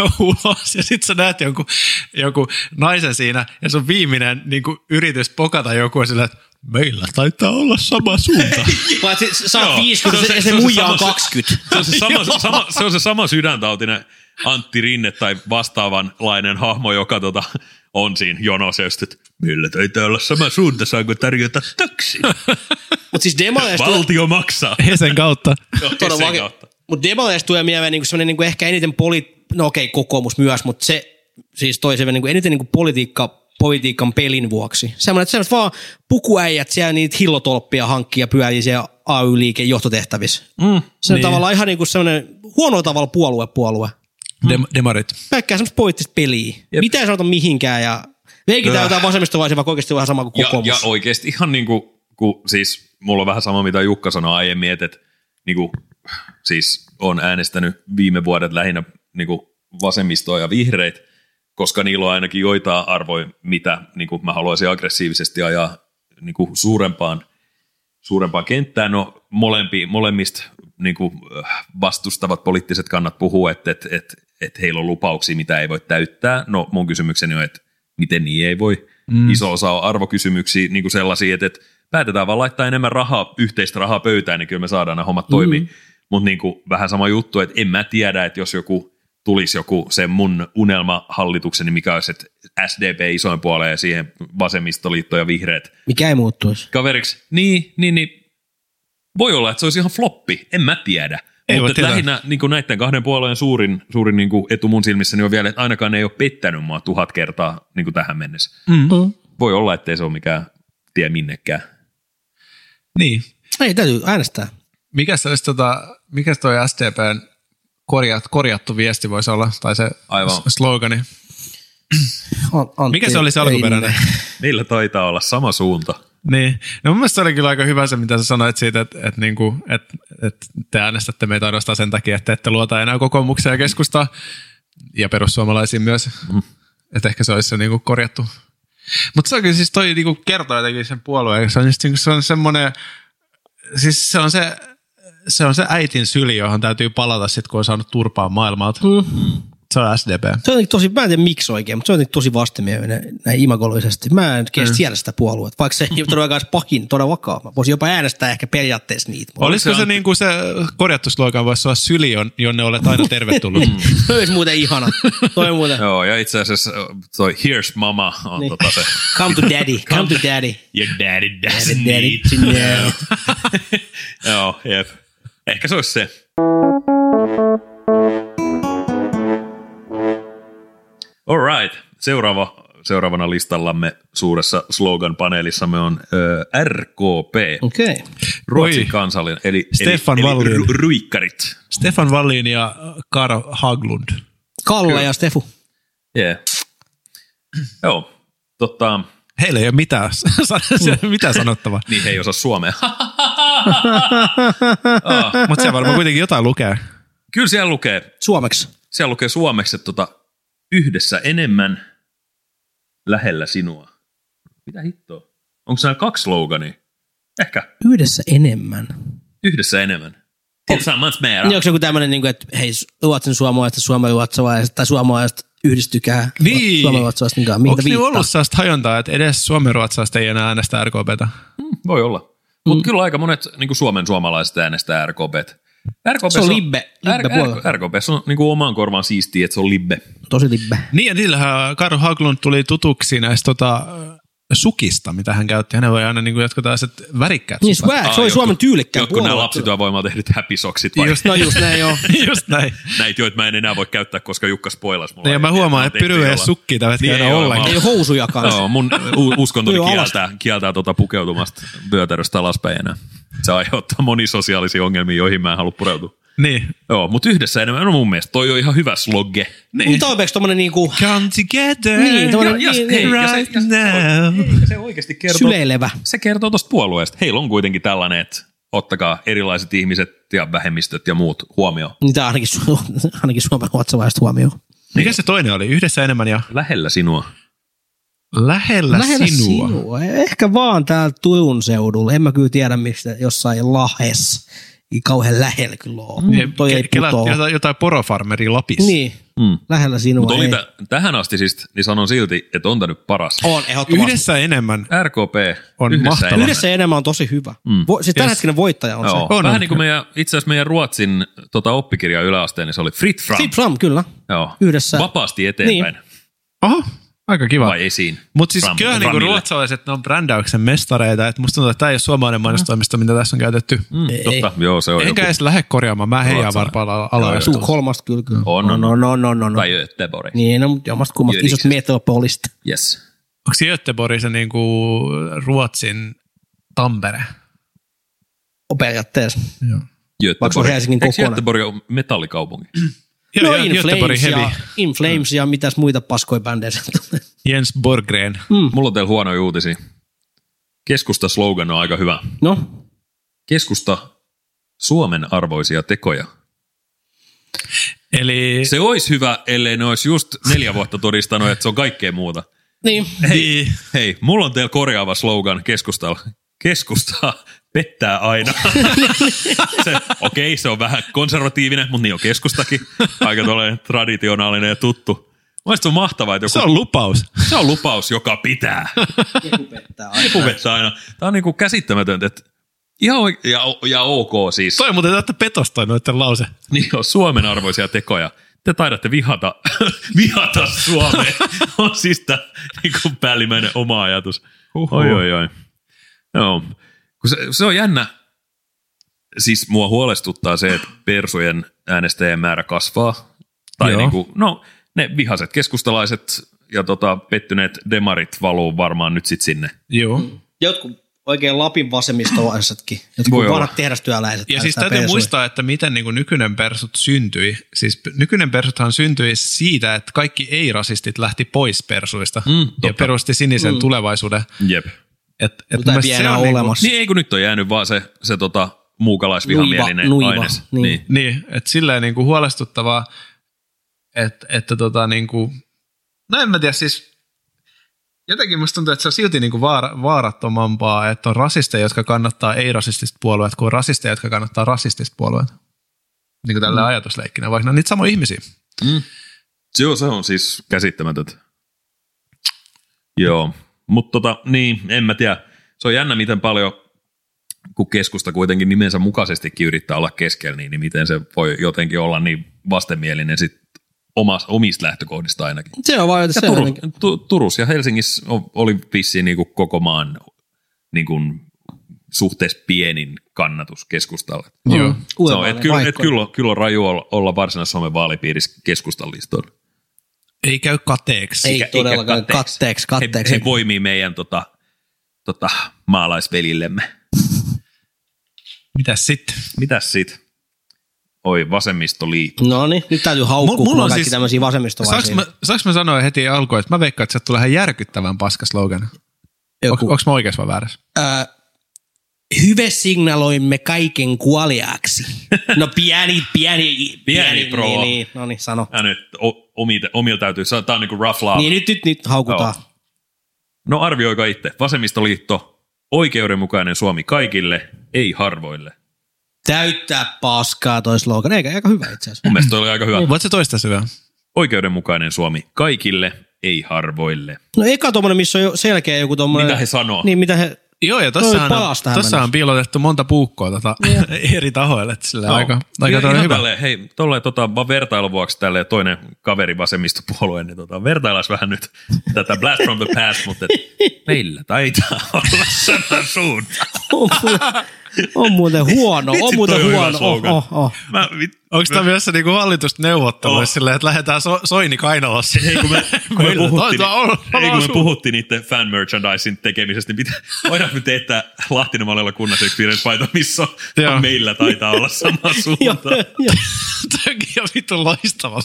ulos ja sit sä näet jonkun, jonkun naisen siinä ja sun viimeinen niin kuin yritys pokata joku on silleen, että meillä taitaa olla sama suunta.
Vai et sä oot
Joo.
viisikymmentä, se, se, se
on
muija
sama
on
sy-
kaksikymmentä.
Se on se sama, sama, se on se sama sydäntautinen Antti Rinne tai vastaavanlainen hahmo, joka tota, on siinä jonossa, just, että meillä taitaa olla sama suunta, saanko tarjota taksin?
Mutta siis demareista tulee,
Valtio maksaa.
Hesen kautta.
Joo,
todella
sen
vake-
kautta.
mut demareista tulee mieleen niinku semmoinen niinku ehkä eniten poli... No okei, kokoomus myös, mutta se siis toi se niinku eniten niinku politiikka, politiikan pelin vuoksi. Semmoinen, että semmoiset vaan pukuäijät siellä niitä hillotolppia hankkii ja pyörii siellä A Y-liiken johtotehtävissä. Mm, se on
niin.
tavallaan ihan niinku semmoinen huonolla tavalla puolue puolue.
Dem- demarit.
Pelkkää semmoista poliittista peliä.
Jep.
Mitä ei sanota mihinkään ja leikitään jotain vasemmistolaisia, vaikka oikeasti vähän sama kuin
Ja,
kokoomus.
ja oikeasti ihan niin kuin, kun, siis mulla on vähän sama, mitä Jukka sanoi aiemmin, että, että niin kuin, siis on äänestänyt viime vuodet lähinnä niin kuin vasemmistoa ja vihreitä, koska niillä on ainakin joitain arvoja, mitä niin kuin mä haluaisin aggressiivisesti ajaa niin kuin suurempaan, suurempaan kenttään. No molempi, molemmista niin kuin vastustavat poliittiset kannat puhuu, että, että, että, että heillä on lupauksia, mitä ei voi täyttää. No mun kysymykseni on, että miten niin ei voi. Mm. Iso osa on arvokysymyksiä niin kuin sellaisia, että, että päätetään vaan laittaa enemmän rahaa, yhteistä rahaa pöytään, niin kyllä me saadaan nämä hommat toimia. Mm. Mutta niin kuin vähän sama juttu, että en mä tiedä, että jos joku tulisi joku se mun unelmahallitukseni, mikä olisi, että S D P isoin puoleen ja siihen vasemmistoliitto ja vihreät
Mikä ei muuttuisi.
kaveriksi, niin, niin, niin voi olla, että se olisi ihan floppi, en mä tiedä.
Ei voi
Mutta
tietää.
lähinnä niin kuin näiden kahden puolueen suurin, suurin niin kuin etu mun silmissäni on vielä, että ainakaan ne ei ole pettänyt mua tuhat kertaa niin kuin tähän mennessä.
Mm.
Voi olla, ettei se ole mikään tie minnekään.
Niin.
Ei, täytyy äänestää.
Mikäs se olisi tota, mikäs toi S D P:n korjat, korjattu viesti voisi olla, tai se
Aivan.
s- slogani?
An- Antti
Mikä se oli se alkuperäinen?
Rinne.
Meillä taitaa olla sama suunta.
Niin. No mun mielestä se oli kyllä aika hyvä se, mitä sä sanoit siitä, että, että, niinku, että, että te äänestätte meitä ainoastaan sen takia, että ette luota enää kokoomukseen ja keskustaa ja perussuomalaisiin myös. Mm. Että ehkä se olisi se niinku korjattu. Mutta se on kyllä siis toi niinku kertoo jotenkin sen puolueen. Se on, just, se on semmoinen, siis se on se, se on se äitin syli, johon täytyy palata sitten, kun on saanut turpaa maailmalta. Mm. Se on S D P.
Se on jotenkin tosi, mä en tiedä miksi oikein, mutta se on jotenkin tosi vastenmielinen näin imagolisesti. Mä en kestä mm. siedä sitä puoluetta, vaikka se ei ole todellakaan pahin, todellakaan. Mä voisin jopa äänestää ehkä periaatteessa niitä.
Olisiko se, se, niin kuin se korjattu slogan voisi olla syli, jonne olet aina tervetullut?
Se olisi muuten ihana. Toi muuten.
Joo, ja itse asiassa toi Here's Mama on niin. tota se.
Come to daddy, come to daddy.
Your daddy doesn't
daddy,
need
to know.
Joo, jep. Ehkä se olisi se. All right. Seuraava, seuraavana listallamme suuressa slogan-paneelissamme on ö, R K P.
Okei. Okay.
Ruotsin kansallinen, eli,
Stefan
eli,
Wallin.
eli ruikkarit.
Stefan Wallin ja Karo Haglund.
Kalle ja Stefu.
Yeah. Joo, totta.
Heillä ei ole mitään, mitään sanottavaa.
Niin he ei osaa suomea.
oh. Mutta se varmaan kuitenkin jotain lukee.
Kyllä siellä lukee.
Suomeksi.
Siellä lukee suomeksi, että tota, yhdessä enemmän, lähellä sinua. Mitä hittoa? Onko nämä kaksi slogania? Ehkä.
Yhdessä enemmän.
Yhdessä enemmän. Tillsammans mera.
Niin onko se joku tämmöinen, että hei, ruotsin suomalaiset, suomen ruotsalaiset tai suomalaiset yhdistykää
niin.
suomen ruotsalaiset.
Onko niin ollut sellaista hajontaa, että edes suomen ruotsalaiset ei enää äänestä R K P:tä?
Hmm, voi olla. Mutta mm. kyllä aika monet niin suomen suomalaiset äänestää R K P:tä. R K P
se on libbe. libbe
R K P on niin kuin omaan korvaan siistiä, että se on libbe.
Tosi libbe.
Niin ja niillähän Karo Haglund tuli tutuksi näistä tota, sukista, mitä hän käytti. Hänellä oli aina niin kuin jotkut tällaiset värikkäät
niin, sukat. Niin, se oli Suomen tyylikkään
puolella. Jotkut nämä lapsityövoimalla tehdyt happy socksit.
Just, no just näin joo.
just näin.
Näitä, joita mä en enää voi käyttää, koska Jukka spoilasi mulla.
No, ja mä huomaan, että Pyry ei sukkia tällä hetkellä niin ollenkaan.
Ei ole housujakaan.
Joo, mun uskontoni kieltää, kieltää tuota pukeutumasta vyötäröstä alaspäin enää. Se aiheuttaa monisosiaalisia ongelmia, joihin mä en halua pureutua.
Niin.
Joo, mutta yhdessä enemmän, no mun mielestä toi on ihan hyvä sloge.
Niin, niin toipeeksi tommonen niinku...
Come together
niin, tommonen,
ja,
niin,
hei,
niin,
ja se,
right
ja se,
now.
Hei, se oikeasti kertoo...
Syleilevä.
Se kertoo tosta puolueesta. Heillä on kuitenkin tällainen, että ottakaa erilaiset ihmiset ja vähemmistöt ja muut huomioon.
Niin tää ainakin, ainakin suomen ruotsalaiset huomioon.
Mikä se toinen oli? Yhdessä enemmän ja...
Lähellä sinua.
Lähellä, Lähellä sinua.
sinua. Ehkä vaan täällä Turun seudulla. En mä kyllä tiedä, mistä jossain Lahes. Ei kauhean lähellä kyllä ole. Mm. Toi ei putoa.
Jotain, jotain porofarmeria Lapissa.
Niin, mm. lähellä sinua.
Mutta oli t- tähän asti siis, niin sanon silti, että on tämä nyt paras.
On, ehdottomasti.
Yhdessä enemmän.
R K P.
On
yhdessä
mahtava.
enemmän.
Yhdessä enemmän on tosi hyvä. Mm. Vo, siis tämänhetkinen voittaja on
Joo.
se.
On, vähän
on.
niin kuin meidän, itse asiassa meidän Ruotsin tota, oppikirja yläasteen, niin se oli Fritt Fram.
Fritt Fram, kyllä.
Joo.
Yhdessä.
Vapaasti eteenpäin.
Niin.
Oho. Aika kiva.
Vai esiin.
Mutta siis kyllä niinku ruotsalaiset, ne on brändäyksen mestareita. Et musta tuntuu, että tämä ei ole suomalainen mainostoimisto, mitä tässä on käytetty.
Mm, totta, joo se on
Enkä
joku.
edes lähde korjaamaan, mä heijaan varpaalla ala.
Tukholmasta kyllä kyllä.
On,
no,
on.
no, no, no, no, no.
Tai Göteborg.
Niin, no, mutta jomasta kummasta isosta metropolista.
Yes.
Onko se Göteborg se niinku Ruotsin Tampere?
Periaatteessa.
Joo.
Vaikka se on Helsingin kokonaan.
Eikö Göteborg ole metallikaupunki?
No In Flames ja, In Flames ja mitäs muita paskoja bändejä.
Jens Borggren.
Mm.
Mulla on teillä huonoja uutisia. Keskusta slogan on aika hyvä.
No?
Keskusta Suomen arvoisia tekoja.
Eli...
Se olisi hyvä, ellei ne olisi just neljä vuotta todistanut, että se on kaikkea muuta.
Niin.
Hei, hei, mulla on teillä korjaava slogan keskustalla. Keskusta pettää aina. se, okei, se on vähän konservatiivinen, mutta niin on keskustakin. Aika tollainen traditionaalinen ja tuttu. Mielestäni se on mahtavaa, että joku...
Se on lupaus.
Se on lupaus, joka pitää.
Kepu pettää aina.
Kepu pettää aina. Tämä on niinku käsittämätöntä, että ihan oike- ja, ja ok siis.
Toi muuten täyttä petosta noiden lause.
Niin on Suomen arvoisia tekoja. Te taidatte vihata, vihata Suomeen. On siis tämä niin päällimmäinen oma ajatus. Uhuh. Oi, oi, oi. Joo. Se, se on jännä. Siis mua huolestuttaa se, että persujen äänestäjien määrä kasvaa. Tai niin kuin, no, ne vihaset keskustalaiset ja tota, pettyneet demarit valuu varmaan nyt sit sinne.
Joo.
Jotkut oikein Lapin vasemmistolaisetkin, jotkut
Voi
vanhat tehdastyöläiset.
Ja siis täytyy persuja. muistaa, että miten niin kuin nykyinen persut syntyi. Siis nykyinen persuthan syntyi siitä, että kaikki ei-rasistit lähti pois persuista mm, ja perusti sinisen mm. tulevaisuuden.
Jep.
Et, et
Mutta ei enää
on
olemassa.
Niin ei kun nyt on jäänyt vaan se, se tota, muukalaisvihamielinen
nuiva, nuiva,
aines.
niin.
Niin,
niin että silleen niin kuin huolestuttavaa, että, että tota niin kuin, no en mä tiedä siis, jotenkin musta tuntuu, että se on silti niin kuin vaara, vaarattomampaa, että on rasisteja, jotka kannattaa ei-rasistista puolueet, kuin rasisteja, jotka kannattaa rasistista puolueet. Niin kuin tällä mm. ajatusleikkinä, vaikka ne on niitä samoja ihmisiä.
Mm. Joo, se on siis käsittämätöntä. Joo, mutta tota, niin, en mä tiedä. Se on jännä, miten paljon, kun keskusta kuitenkin nimensä mukaisestikin yrittää olla keskellä, niin, niin miten se voi jotenkin olla niin vastenmielinen sit omista lähtökohdista ainakin.
Se on vaan,
ja
se
Turu,
on
tu, Turussa ja Helsingissä oli vissiin niin kuin koko maan niin kuin suhteessa pienin kannatus keskustalle.
Mm.
Joo. Se on, et kyllä, et kyllä, kyllä on raju olla, olla Varsinais-Suomen vaalipiirissä keskustan listoilla.
Ei käy kateeksi.
Ei todellakaan katteeksi. katteeksi, katteeksi.
He, he poimii meidän tota, tota, maalaisvelillemme.
Mitäs sitten?
Mitäs sitten? Oi, vasemmistoliitto.
No niin, nyt täytyy haukkua, kun on kaikki siis, tämmöisiä vasemmistovaisia.
Saanko mä, saanko mä sanoa heti alkuun, että mä veikkaan, että sieltä tulee ihan järkyttävän paska slogan. Onko mä oikeassa vai väärässä? Öö,
hyve signaloimme kaiken kuoliaaksi. No pieni, pieni,
pieni,
pieni
pro.
Niin, niin, no niin, sano.
Ja nyt omilta, omilta täytyy, tää on niinku rough love.
Niin, nyt, nyt, nyt haukutaan.
Joo. No arvioika itse. Vasemmistoliitto, oikeudenmukainen Suomi kaikille, ei harvoille.
Täyttää paskaa toi slogan. Eikä aika hyvä itse asiassa.
Mun mielestä toi oli aika hyvä.
Voit se toistaa syvää?
Oikeudenmukainen Suomi kaikille, ei harvoille.
No eka tommonen, missä on jo selkeä joku tommonen.
Mitä he sanoo?
Niin, mitä he...
Joo, ja tossahan on, tossahan on piilotettu monta puukkoa tota eri tahoille, että sillä no. aika, aika
ihan
hyvä.
Tälleen, hei, tolleen tota, vaan vertailun vuoksi tälleen toinen kaveri vasemmistopuolue, niin tota, vertaillaan vähän nyt tätä Blast from the Past, mutta meillä taitaa olla sama suunta.
on, on muuten huono, on muuten huono. Oh, oh, oh.
Mä, mit, Onko tämä myös niinku hallitusneuvotteluissa oh. silleen, että lähdetään so, soini kainalossa?
Hei, kun me, kun me, puhuttiin, hei, kun me puhuttiin niiden fan merchandisin tekemisestä, niin voidaan me teettää Lahtinen-Malella kunnassa yksi piirreet paita, missä on, meillä taitaa olla sama suunta.
Tämäkin on vittu loistava.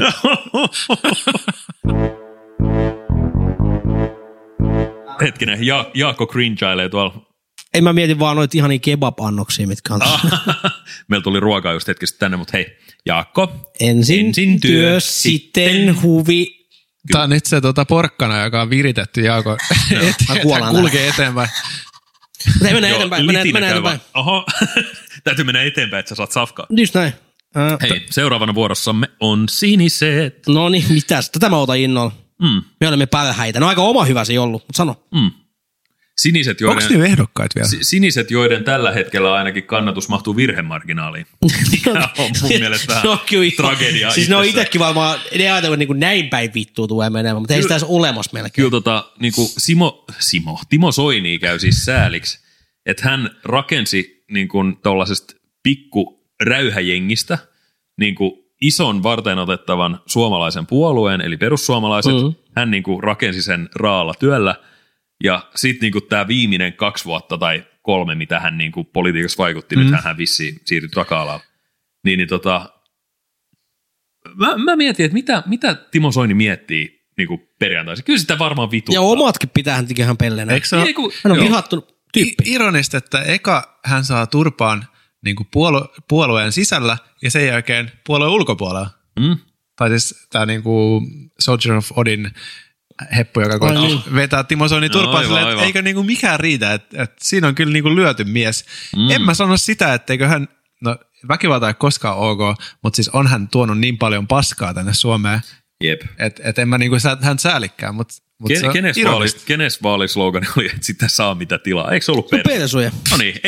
Hetkinen, ja, Jaakko cringailee tuolla.
Ei mä mietin vaan noita ihania kebab-annoksia, mitkä on.
Meillä tuli ruokaa just hetkisesti tänne, mutta hei, Jaakko.
Ensin, ensin työ, työ, sitten huvi.
Tämä on nyt se tuota porkkana, joka on viritetty Jaakko. Et, et kulkee eteenpäin.
Mutta ei mennä eteenpäin, mennään, mennään eteenpäin.
Oho, täytyy mennä eteenpäin, että sä saat safkaa.
Just näin.
Uh, hei, t- seuraavana vuorossamme on siniset.
No niin, mitäs? Tätä mä otan innolla. Mm. Me olemme parhaita. No aika oma hyvä se ollut, mutta sano. Mm.
Siniset, joiden,
onko ne ehdokkaat vielä?
Siniset, joiden tällä hetkellä ainakin kannatus mahtuu virhemarginaaliin. Mikä on mun mielestä vähän no, tragedia.
Siis ne on itsekin varmaan, ne ajatellaan, että niin näin päin vittua tulee menemään, mutta ei sitä edes olemassa melkein.
Kyllä tota, niin kuin Simo, Simo, Timo Soini käy siis sääliksi, että hän rakensi niin kuin tollasesta pikku räyhäjengistä niin kuin ison varteenotettavan suomalaisen puolueen, eli perussuomalaiset. Mm-hmm. Hän niin kuin rakensi sen raalla työllä. Ja sitten niinku tämä viimeinen kaksi vuotta tai kolme, mitä hän niinku politiikassa vaikutti, mm. nyt hän vissiin siirtyi taka-alalle. Niin, niin tota, mä, mä mietin, että mitä, mitä Timo Soini miettii niinku perjantaisin. Kyllä sitä varmaan vituttaa.
Ja omatkin pitää hän tekehän pellenä.
Eikö se ole?
Hän on vihattu tyyppi.
Ironista, että eka hän saa turpaan niinku puolue, puolueen sisällä ja sen jälkeen puolueen ulkopuolella. Mm. Tai siis tämä niinku Soldier of Odin heppu, joka koittaa niin. vetää Timo Soini turpaan no, silleen, että eikö niinku mikään riitä, että, että siinä on kyllä niinku lyöty mies. Mm. En mä sano sitä, etteikö hän, no väkivalta ei koskaan ok, mutta siis on hän tuonut niin paljon paskaa tänne Suomeen, että et en mä niinku hän säälikkään, mutta mut
Ken, kenes, vaali, kenes vaalislogani oli, että sitä saa mitä tilaa? Eikö se ollut perus?
Persuja.
No niin.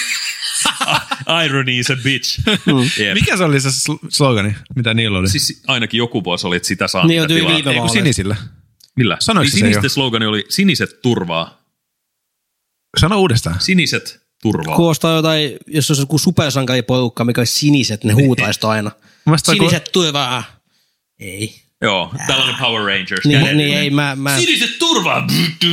Irony is a bitch. Mm.
Yep. Mikä se oli se slogani, mitä niillä oli?
Siis ainakin joku vuosi oli, että sitä saa
niin
mitä tilaa.
Eikö sinisillä?
Millä?
Sanoiko
sinisten slogani oli siniset turvaa.
Sano uudestaan.
Siniset turvaa.
Kuulostaa jotain, jos olisi joku supersankariporukka, mikä olisi siniset, ne huutaisi aina. Siniset ku... turvaa. Ei.
Joo, tällainen Power Rangers.
Niin, niin ei mä... mä...
Siniset turvaa!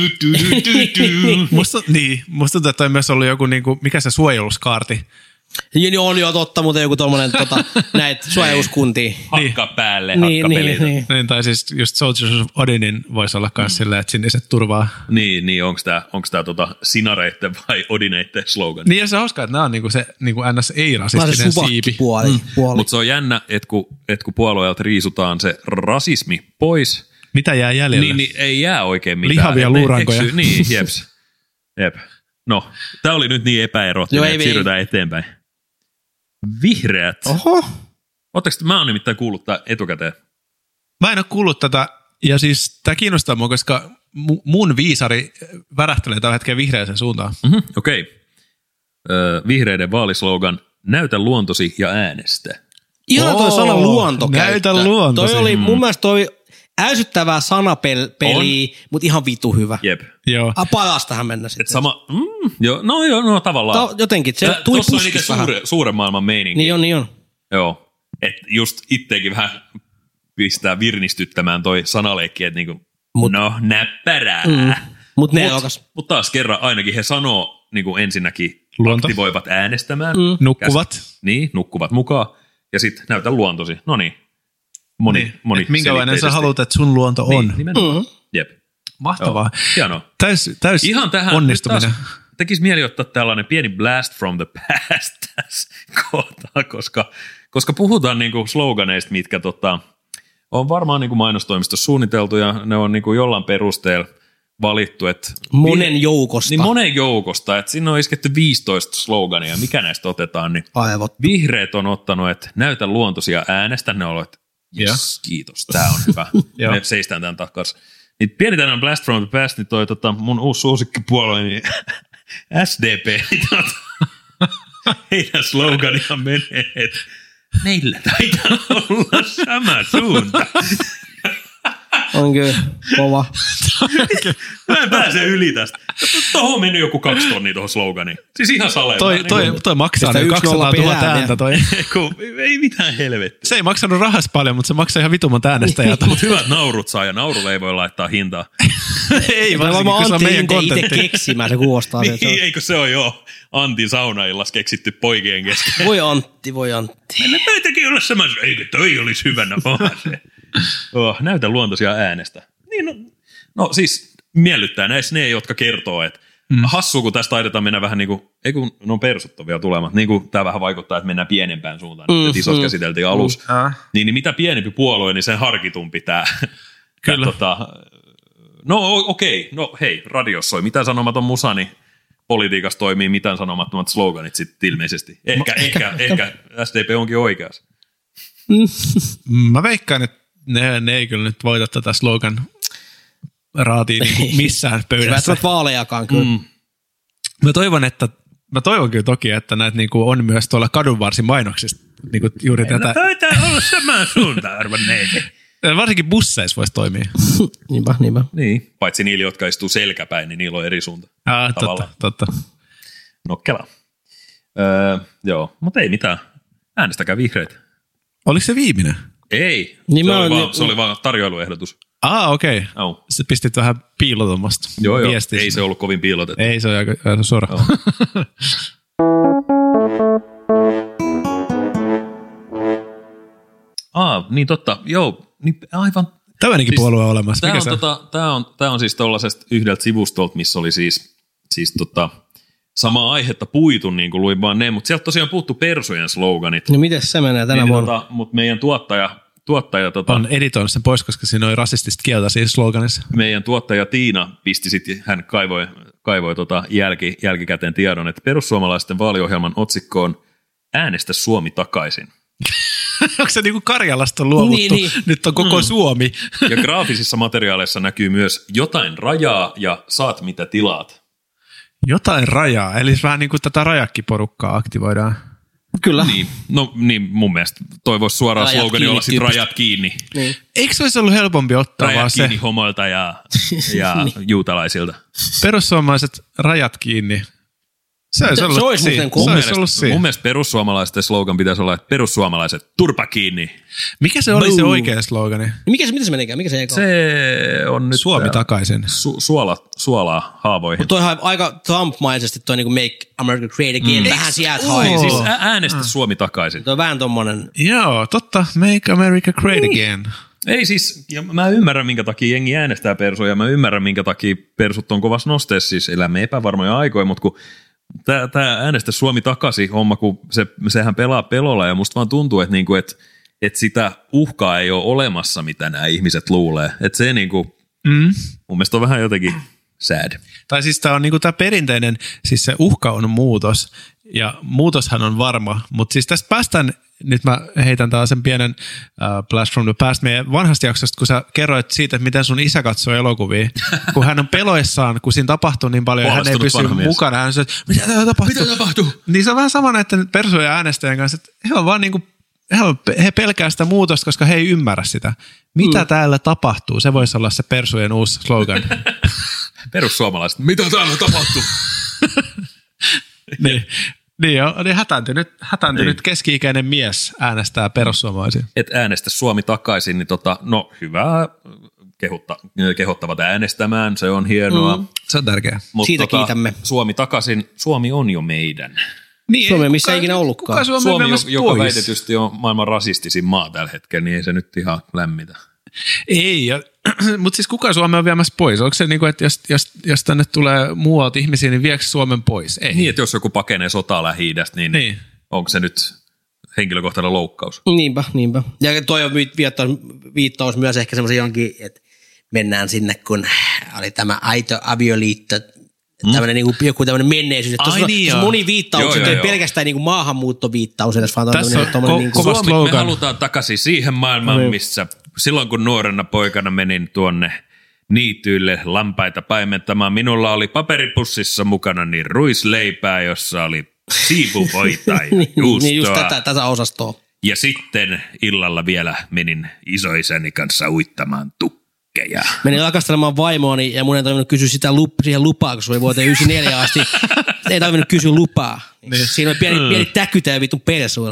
musta, niin, musta tuntuu, että toi myös ollut joku, niinku, mikä se suojeluskaarti.
Niin on jo totta, mutta joku tommonen tota, näitä suojeluskuntia.
Hakka päälle,
niin,
hakka
niin, niin.
niin, tai siis just Soldiers of Odinin voisi olla myös mm. silleen, että siniset turvaa.
Niin, niin onko tämä onks tää tota sinareitten vai Odineitten slogan?
Niin ja se on hauskaa, että nämä on niinku se niinku ns. Ei-rasistinen siipi.
Puoli, mm. puoli.
Mutta se on jännä, että kun, et kun puolueelta riisutaan se rasismi pois.
Mitä jää jäljellä?
Niin, niin ei jää oikein mitään.
Lihavia luurankoja.
Eksy, niin, jeps. Jep. No, tämä oli nyt niin epäerottinen, että siirrytään eteenpäin. Vihreät.
Oho.
Ootteko, mä oon nimittäin kuullut tää etukäteen.
Mä en ole kuullut tätä, ja siis tämä kiinnostaa mua, koska mun viisari värähtelee tällä hetkellä vihreäseen suuntaan.
Mm-hmm, Okei. Okay. Öö, vihreiden vaalislogan, näytä luontosi ja äänestä.
Ihan toi
Oo,
sana luontokäyttö.
näytä luontosi.
Toi oli mun mielestä toi ärsyttävää sanapeliä, mutta ihan vitu hyvä.
Jep.
Joo.
A, parastahan mennä sitten.
Et sama, mm, jo, no joo, no tavallaan.
Ta, jotenkin, se
Tä-
tuli
Tossa on niitä
puskis vähän.
suure, suuren maailman meininki.
Niin on, niin on.
Joo. Et just itteekin vähän pistää virnistyttämään toi sanaleikki, että niinku,
Mut-
no näppärää.
Mm. Mut ne
Mut,
alkas.
mut taas kerran ainakin he sanoo niinku ensinnäkin
Luonto.
aktivoivat äänestämään.
Mm.
Nukkuvat.
Käs, niin, nukkuvat mukaan. Ja sitten näytä luontosi. No niin. Moni,
Niin.
moni
Et minkälainen sä
selitteisesti.
haluat, että sun luonto on.
Niin, nimenomaan.
Mm.
Jep.
Mahtavaa.
Hienoa.
Täys, täys
Ihan tähän
onnistuminen.
nyt taas tekisi mieli ottaa tällainen pieni blast from the past tässä kohtaa, koska, koska puhutaan niinku sloganeista, mitkä tota, on varmaan niinku mainostoimistossa suunniteltu ja ne on niinku jollain perusteella valittu. Et
Monen joukosta.
Niin monen joukosta, että sinne on isketty viisitoista slogania, mikä näistä otetaan, niin
Aivot.
vihreät on ottanut, että näytä luontosi ja äänestä, ne on ollut, että yes, kiitos, tää on hyvä.
Joo.
Me seistään tämän takaisin. Niin pieni tänään Blast from the Past, niin toi tota, mun uusi suosikkipuolue, niin S D P, niin tota, heidän sloganiaan menee, että meillä taitaa olla sama suunta.
On kyllä kova.
Mä en pääse yli tästä. Tuohon on mennyt joku kaksi tonnia tuohon sloganiin. Siis ihan saleen.
Toi, toi, toi maksaa
Pistä
nyt
yksi nolla
kaksisataatuhatta
perään
ääntä toi.
Ei mitään helvettiä.
Se ei maksanut rahas paljon, mutta se maksaa ihan vitummat äänestäjät.
Mutta hyvät naurut saa ja naurulle ei voi laittaa hintaa.
Ei
Tämä
varsinkin,
varmaan
kun se on
Antti
meidän
itse
kontentti.
keksimään, se kuulostaa.
Niin,
Se on-
eikö se ole jo Antin saunaillas keksitty poikien kesken?
Voi Antti, voi Antti.
Näitäkin olla samassa, eikö toi olisi hyvänä onhan se. Oh, näytä luontoisia äänestä. Niin no, no siis miellyttää näissä ne, jotka kertoo, että mm. hassu, kun tästä taidetaan mennä vähän niin kuin, ei kun no persut on vielä tulemat, niin kuin tämä vähän vaikuttaa, että mennään pienempään suuntaan, mm, että isos mm. käsiteltiin alus. Mm.
Äh.
Niin, niin mitä pienempi puolue, niin sen harkitumpi tämä.
Kyllä.
Tota, no okei, okay. No hei, radiossa soi mitään sanomaton musa, niin politiikassa toimii mitään sanomattomat sloganit sitten ilmeisesti. Ehkä, ehkä, ehkä S D P onkin oikeassa.
Mä veikkaan, että ne, ne ei kyllä nyt voita tätä slogan raatia niin missään
Eivät
pöydässä.
ole vaalejakaan kyllä. Mm.
Mä toivon, että mä toivon kyllä toki, että näitä niinku on myös tuolla kadunvarsin mainoksista niinku juuri tätä.
Taitaa olla samaan suuntaan, arvan neiti.
Varsinkin busseissa voisi toimia.
Niinpä, niinpä.
Niin, paitsi niillä, jotka istuu selkäpäin, niin niillä on eri suunta.
Ah, totta,
Tavallaan.
totta.
Nokkela. Öö, joo, mutta ei mitään. Äänestäkää vihreitä.
Oliko se viimeinen?
Ei,
Niin
se,
mä
oli
oon-
vaan, se oli vaan tarjoiluehdotus.
Ah, okei. Okay.
Oh.
Sä pistit vähän piilotomasta
Joo, joo,
viestiä.
ei se ollut kovin piilotettu.
Ei, se on aika, aika suora.
Joo. Aa, niin totta, joo, niin aivan.
Tällainenkin
Siis
puolue on olemassa.
Tämä
Mikä
on,
se on?
tota, tää on, tää on siis tuollaisesta yhdeltä sivustolta, missä oli siis, siis tota, samaa aihetta puitu, niin kuin luin vaan ne, mutta sieltä tosiaan puuttu persujen sloganit.
No miten se menee tänä
Niin,
vuonna?
tota, mutta meidän tuottaja, tuottaja, tota,
On editoinut sen pois, koska siinä oli rasistista kieltä siinä sloganissa.
meidän tuottaja Tiina pisti sitten, hän kaivoi, kaivoi tota jälki, jälkikäteen tiedon, että perussuomalaisten vaaliohjelman otsikko on Äänestä Suomi takaisin.
Onko se niinku Karjalasta on luovuttu?
Niin, niin.
Nyt on koko mm. Suomi.
Ja graafisissa materiaaleissa näkyy myös jotain rajaa ja saat mitä tilaat.
Jotain rajaa, eli vähän niin kuin tätä rajakkiporukkaa aktivoidaan.
Kyllä.
Niin, no niin mun mielestä toi voisi suoraan
Rajat
slogani
kiinni
olla sit
tyyppistä.
rajat kiinni.
Niin.
Eikö se olisi ollut helpompi ottaa
Rajat
vaan
kiinni
se
homoilta ja, ja juutalaisilta.
perussuomalaiset rajat kiinni? Se olisi
Se
ollut
olisi
siinä.
muuten
Se
cool.
olisi ollut siinä.
mun mielestä perussuomalaisten slogan pitäisi olla, että perussuomalaiset turpa kiinni.
Mikä se oli se
Boom.
oikea slogani?
Mikä se, miten se menikään? Mikä se eka?
Se on nyt
Suomi takaisin.
su, suola, suolaa haavoihin.
Mut toihan aika Trump-maisesti toi niinku make America great again. Mm. Vähän sieltä
Oo.
hain.
Siis
Siis,
ä- äänestä Suomi takaisin.
toi on vähän tommonen.
Joo, totta. Make America Great Again.
Ei siis, ja mä ymmärrän minkä takia jengi äänestää persuja, mä ymmärrän minkä takia persut on kovassa nosteessa, siis elämme epävarmoja aikoja, mutta kun tää, tää äänestä Suomi takaisin homma, kun se, sehän pelaa pelolla ja musta vaan tuntuu, että niinku, et, et sitä uhkaa ei ole olemassa, mitä nämä ihmiset luulee. Että se niinku,
Mm.
mun mielestä on vähän jotenkin sad.
Tai siis tämä on niinku tämä perinteinen, siis se uhka on muutos, ja muutoshan on varma, mutta siis tästä päästään nyt mä heitän tällaisen pienen uh, blast from the past meidän vanhasta jaksosta, kun sä kerroit siitä, että miten sun isä katsoo elokuvia. Kun hän on peloissaan, kun siinä tapahtuu niin paljon, ja hän ei pysy mukana. Hän sanoo, että mitä täällä tapahtuu?
Mitä tapahtuu?
Niin se on vähän sama näiden persujen äänestäjien kanssa, että he on vaan niin kuin, he, on, he pelkää sitä muutosta, koska he ei ymmärrä sitä. Mitä mm. täällä tapahtuu? Se voisi olla se persujen uusi slogan.
Perussuomalaiset, mitä täällä tapahtuu?
niin. Niin on, niin hätääntynyt, hätääntynyt niin. Keski-ikäinen mies äänestää perussuomalaisia.
Et äänestä Suomi takaisin, niin tota, no hyvää, kehutta, kehottavat äänestämään, se on hienoa. Mm.
Se on tärkeää.
Mut siitä tota, kiitämme.
Suomi takaisin, Suomi on jo meidän.
Niin, Suomi missä ei ikinä ollutkaan.
Suomi, Suomi joka pois. Väitetysti on maailman rasistisin maa tällä hetkellä, niin ei se nyt ihan lämmitä.
Ei, mutta siis kuka Suomi on viemässä pois? Onko se niin kuin, että jos, jos, jos tänne tulee muualta ihmisiä, niin viekö Suomen pois? Ei.
Niin, että jos joku pakenee sotaa Lähi-idästä, niin, niin onko se nyt henkilökohtainen loukkaus?
Niinpä, niinpä. Ja toi on viittaus, viittaus myös ehkä semmoisen jonkin, että mennään sinne, kun oli tämä aito avioliitto, mm. tämmöinen niin kuin, joku tämmöinen menneisyys. Tuossa niin on moni viittaus, ei pelkästään niin kuin maahanmuuttoviittaus edes, vaan
tässä on
ko-
niin kuin kova
Suomi,
slogan.
Me halutaan takaisin siihen maailmaan, no, missä silloin kun nuorena poikana menin tuonne niityille lampaita paimentamaan, minulla oli paperipussissa mukana niin ruisleipää, jossa oli siipuvoita ja juustoa.
Niin just tätä, tätä osastoa.
Ja sitten illalla vielä menin isoisäni kanssa uittamaan tukkeja.
Menin rakastelemaan vaimoani ja mun ei tarvinnut kysyä sitä lup, siihen lupaa, kun se oli vuoteen yhdeksänkymmentäneljä asti. Ei tarvinnut kysyä lupaa. Niin. Siinä oli pieni, pieni täkytä ja vitun persuilla.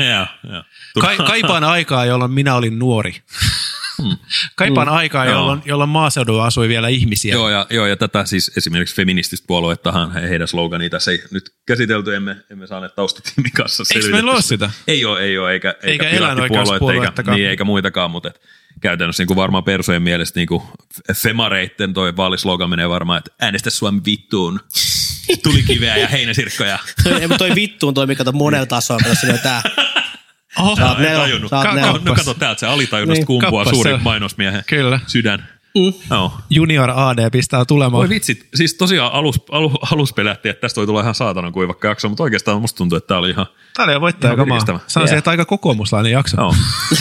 Ka- kaipaan aikaa, jolloin minä olin nuori. Hmm. Kaipaan hmm. aikaa, jolloin, jolloin maaseudulla asui vielä ihmisiä.
Joo, ja, joo, ja tätä siis esimerkiksi feminististä puoluettahan heidän slogania tässä ei nyt käsitelty, emme, emme saaneet taustatiimin kanssa selvitetty.
Eikö meillä ole sitä?
Ei ole, ei ole, eikä,
eikä,
eikä piraattipuolueet, eikä, niin, eikä muitakaan, mutta et, käytännössä niin kuin varmaan persojen mielestä niin kuin femareitten toi vaalislogan menee varmaan, että äänestä Suomi vittuun, tulikiveä ja heinäsirkkoja.
Ei, mutta toi vittuun toi, mikä on monella tasolla, kun siinä on tää.
Oho, sä oot tajunnut. Ka- ka- no kato täältä, se alitajunnasta niin, kumpuaa suurin mainosmiehen Kyllä. sydän. Mm. No.
Junior A D pistää tulemaan.
Oi vitsit, siis tosiaan alus, alus, alus pelähtiin, että tästä voi tulla ihan saatanan kuivakka jakso, mutta oikeastaan musta tuntuu, että tää oli ihan
Tää oli jo voittajakamaa. Sanoisin, yeah. että aika kokoomuslainen jakso.
No.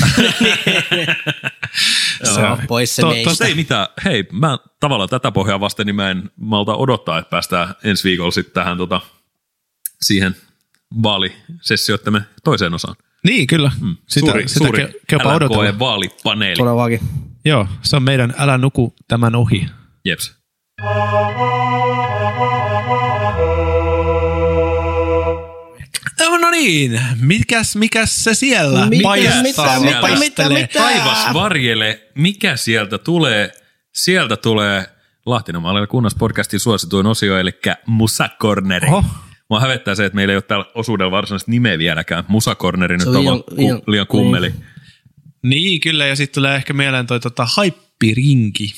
se on pois se to, meistä.
Ei mitään. Hei, mä tavallaan tätä pohjaa vasten, niin mä en malta odottaa, että päästään ensi viikolla sitten tähän tota, siihen vaalisessioittamme toiseen osaan.
Niin, kyllä.
Mm.
Sitä,
suuri
sitä
suuri
ke, kepa
L K E-vaalipaneeli.
Todellakin.
Joo, se on meidän Älä nuku tämän ohi.
Jeps.
No niin, mikäs, mikäs se siellä
mikä,
paistaa?
Mitä, mitä, mitä, mitä?
Taivas varjele, mikä sieltä tulee? Sieltä tulee Lahtinen maalilla kunnaspodcastin suosituin osio, eli Musakorneri. Oho. Mua hävettää se, että meillä ei ole täällä osuudella varsinaisesti nimeä vieläkään. Musakorneri nyt on liian, liian, liian kummeli.
Niin, niin kyllä, ja sitten tulee ehkä mieleen toi tota, haippirinki.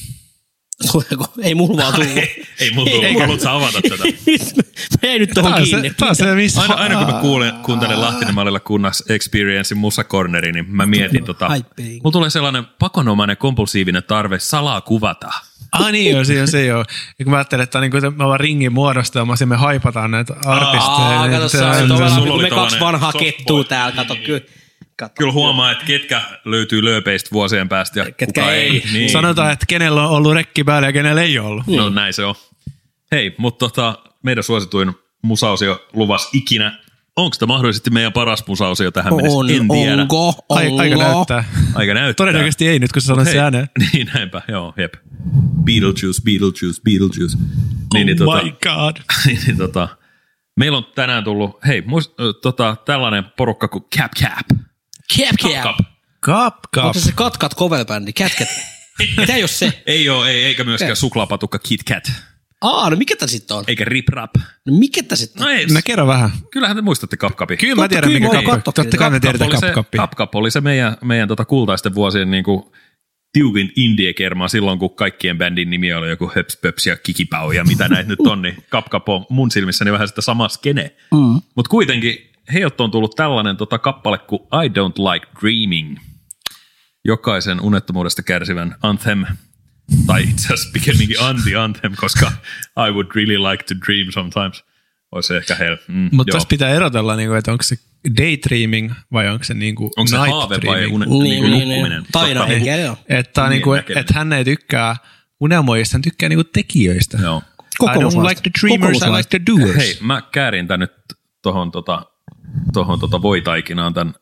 Ei mulla vaan tullut.
ei, ei mulla tullut. Haluatko sä avata tätä?
Mä jäin nyt tuohon kiinni.
Se, se, missä...
aina, aina kun mä kuulen, kuuntelen Lahtinen maalilla kunnas Experiencein Musakorneri, niin mä mietin, tota, mulla tulee sellainen pakonomainen kompulsiivinen tarve salaa kuvata.
Ah niin joo, se joo, se joo. Ja kun mä ajattelin, että niin me ollaan ringin muodostelmassa ja me haipataan näitä artisteja.
Aa,
niin
kato, se on me kaksi vanhaa kettua täällä, kato kyllä.
Kato. Kyllä huomaa, että ketkä löytyy lööpeistä vuosien päästä ja
ketkä
kuka
ei.
ei. Niin.
Sanotaan, että kenellä on ollut rekki päällä ja kenellä ei ollut.
No näin se on. Hei, mutta tota, meidän suosituin musaosio luvas ikinä. Onko tämä mahdollisesti meidän paras musaosio tähän mennessä?
On,
en tiedä.
Onko? Onko?
Aika näyttää.
Aika näyttää.
Todennäköisesti ei nyt, kun sä sanoit se ääneen.
Niin näinpä, joo, jep. Beetlejuice, Beetlejuice, Beetlejuice. Niin, niin,
oh
tota,
my god.
niin, niin, tota, meillä on tänään tullut, hei, muist, tota, tällainen porukka kuin Cap Cap.
Cap Cap.
Cap Cap.
Onko se se Katkat cover-bändi? Kätket. Mitä jos se?
Ei ole, ei, eikä myöskään suklaapatukka Kit Kat.
Aa, no mikä tää sitten on?
Eikä Rip Rap.
No mikä tää sitten on?
No ei.
Mä kerron vähän.
Kyllähän te muistatte Cap Capin.
Kyllä mä tiedän, mikä Cap Cap. Totta kai me tiedetään Cap Capin.
Cap Cap oli se meidän, meidän tota kultaisten vuosien niinku tiukin indie-kermaa silloin, kun kaikkien bändin nimi oli joku Höps Pöps ja Kikipau ja mitä näitä nyt on, niin Cap Cap on mun silmissäni vähän sitä samaa skene. Mm. Mutta kuitenkin heiltä on tullut tällainen tota, kappale kuin I Don't Like Dreaming. Jokaisen unettomuudesta kärsivän anthem, tai itse asiassa pikemminkin anti-anthem, koska I would really like to dream sometimes. Olisi ehkä hell. Mm,
Mutta tässä pitää erotella, niinku, että onko se daydreaming vai onko se niinku
onko se
night
haave vai
dreaming.
une,
Niin,
niinku
niin,
nukkuminen?
niin. Taina
Totta.
henkeä, joo.
Että
Niin,
niinku,
näkeminen.
et hän ei tykkää unelmoijista, hän tykkää niinku tekijöistä.
Joo.
I don't like the dreamers, I like the doers.
Hei, mä käärin tän nyt tohon, tota, tohon tota voitaikinaan tän,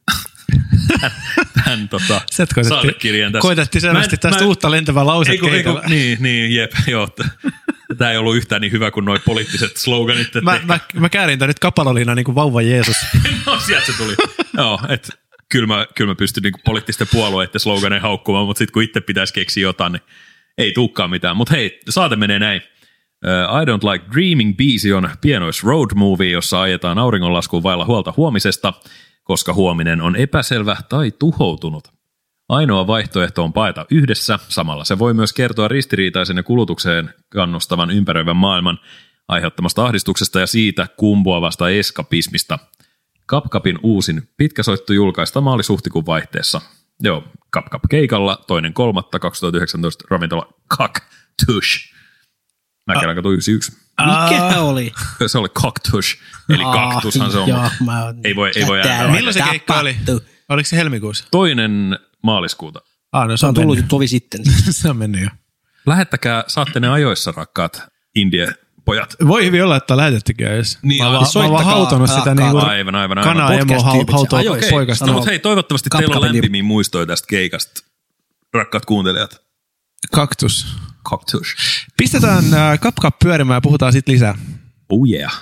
tän tota,
Sä et koitettiin-
saatekirjan tässä.
koitettiin selvästi
Mä en-
tästä
mä en-
uutta lentävää lausetta
Eiku, eiku,
keikalla.
niin, niin, jep, joo. Tää ei ollut yhtään niin hyvä kuin noi poliittiset sloganit. että
Mä,
ehkä-
mä, mä käärin tän nyt kapaloliina niinku vauva Jeesus.
No, sieltä se tuli. Joo, että kyllä mä, kyllä mä pystyn niinku poliittisten puolueiden sloganeja haukkumaan, mutta sitten kun itse pitäisi keksiä jotain, niin ei tulekaan mitään. Mutta hei, saate menee näin. Uh, I Don't Like Dreaming biisi on pienois road movie, jossa ajetaan auringonlaskuun vailla huolta huomisesta, koska huominen on epäselvä tai tuhoutunut. Ainoa vaihtoehto on paeta yhdessä, samalla se voi myös kertoa ristiriitaisen ja kulutukseen kannustavan ympäröivän maailman aiheuttamasta ahdistuksesta ja siitä kumpuavasta eskapismista. Kapkapin uusin pitkäsoitto julkaistaan maalis-huhtikuun vaihteessa. Joo, Kapkap keikalla toinen kolmatta kaksituhattayhdeksäntoista ravintola Cactus. Mäkelän katu yhdeksänkymmentäyksi.
Mikä oli?
Se oli Cactus, eli kaktushan se on.
Joo, mä oon...
Ei voi, ei voi
Tää-
ääntä.
Milloin se keikka oli?
Tapahtuu.
Oliko se helmikuussa?
Toinen maaliskuuta.
Ah, no se
Se on
on
tullut
mennyt.
jo tovi sitten.
Se on mennyt jo.
Lähettäkää, saatte ne ajoissa, rakkaat indie-pojat.
Voi hyvin olla, että on lähetettykin jos.
Niin,
mä oon
aivan.
vaan- mä oon vaan
Soittakaa,
hautonut sitä
rakkaat.
niinku
Aivan, aivan, aivan.
kana emo
Podcast-tyypit.
hautoa
Ai,
Okei,
poikasta.
no, mutta hei, toivottavasti teillä on
Kapkapin
lämpimiä muistoja tästä keikasta, rakkaat kuuntelijat.
Kaktus.
Cactus.
Pistetään äh, Kapkap pyörimään ja puhutaan sit lisää.
Oh yeah.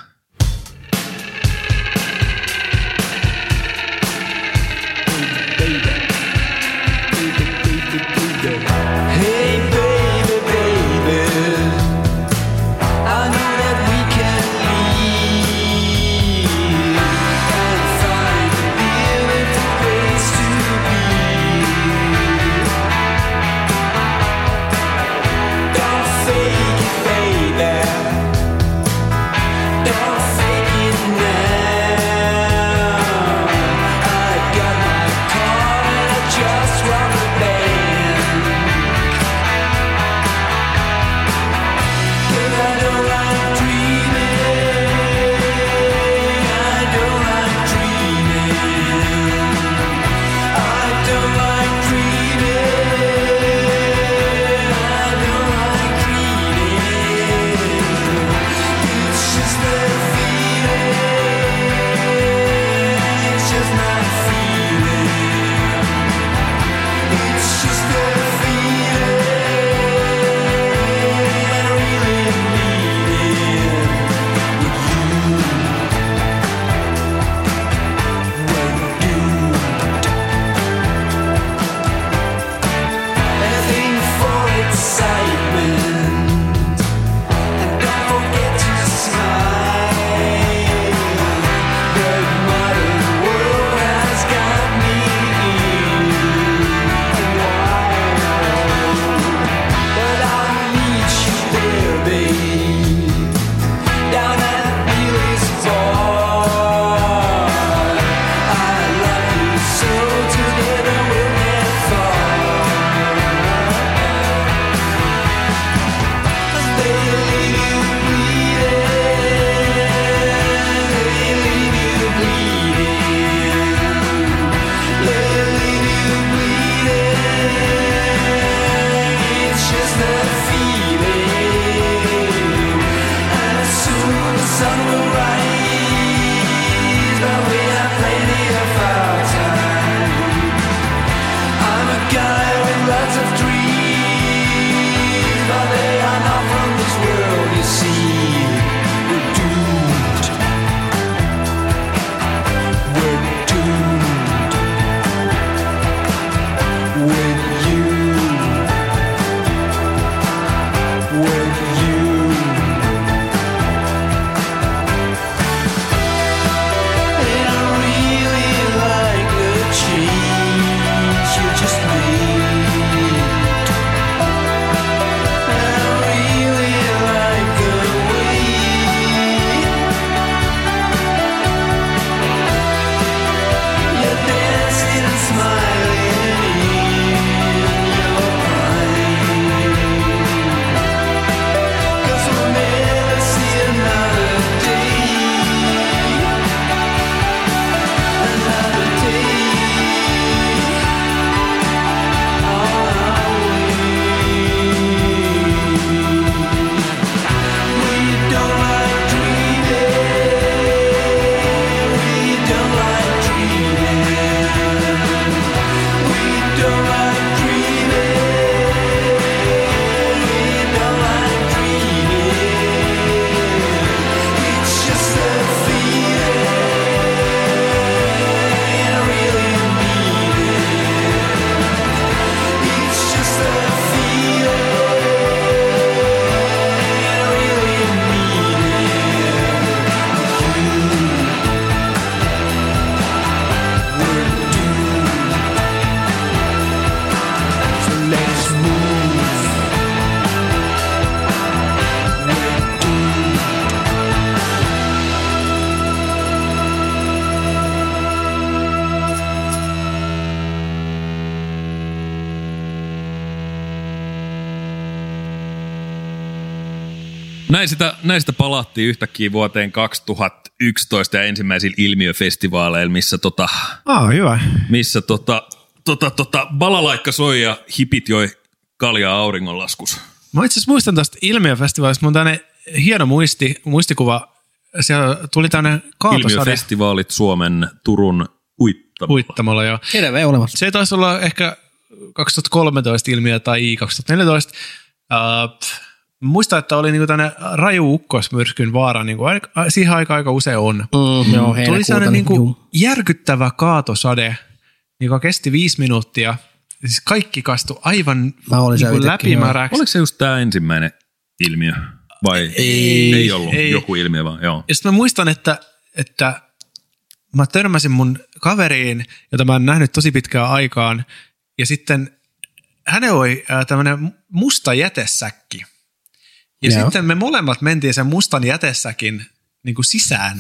Hey baby, baby, I know that we can leave and find a beautiful place to be. Don't fake it, baby. Don't
Näin sitä, näin sitä palattiin yhtäkkiä vuoteen kaksituhattayksitoista ja ensimmäisillä ilmiöfestivaaleilla, missä, tota,
Ah, hyvä.
missä tota, tota, tota, balalaikka soi ja hipit joi kaljaa auringonlaskus.
Mä itse asiassa muistan tästä ilmiöfestivaalista, mun tämmöinen hieno muisti, muistikuva. Siellä tuli tämmöinen kaatosade.
Ilmiöfestivaalit Suomen Turun uittamalla.
Uittamalla, joo.
Hirveä olemassa.
Se taisi olla ehkä kaksituhattakolmetoista ilmiö tai kaksituhattaneljätoista. Uh, muistan, että oli niinku tämmöinen raju ukkosmyrskyn vaara, niinku, siihen aikaan aika usein on.
Mm, joo,
Tuli sellainen niinku järkyttävä kaatosade, joka kesti viisi minuuttia. Siis kaikki kastui aivan niinku läpimäräksi.
Oliko se just tämä ensimmäinen ilmiö? Vai ei, ei ollut ei. joku ilmiö vaan? Joo.
Ja sitten mä muistan, että, että mä törmäsin mun kaveriin, jota mä en nähnyt tosi pitkään aikaan, ja sitten hänen oli äh, tämmöinen musta jätesäkki. Ja Joo. sitten me molemmat mentiin sen mustan jätesäkin niin kuin sisään.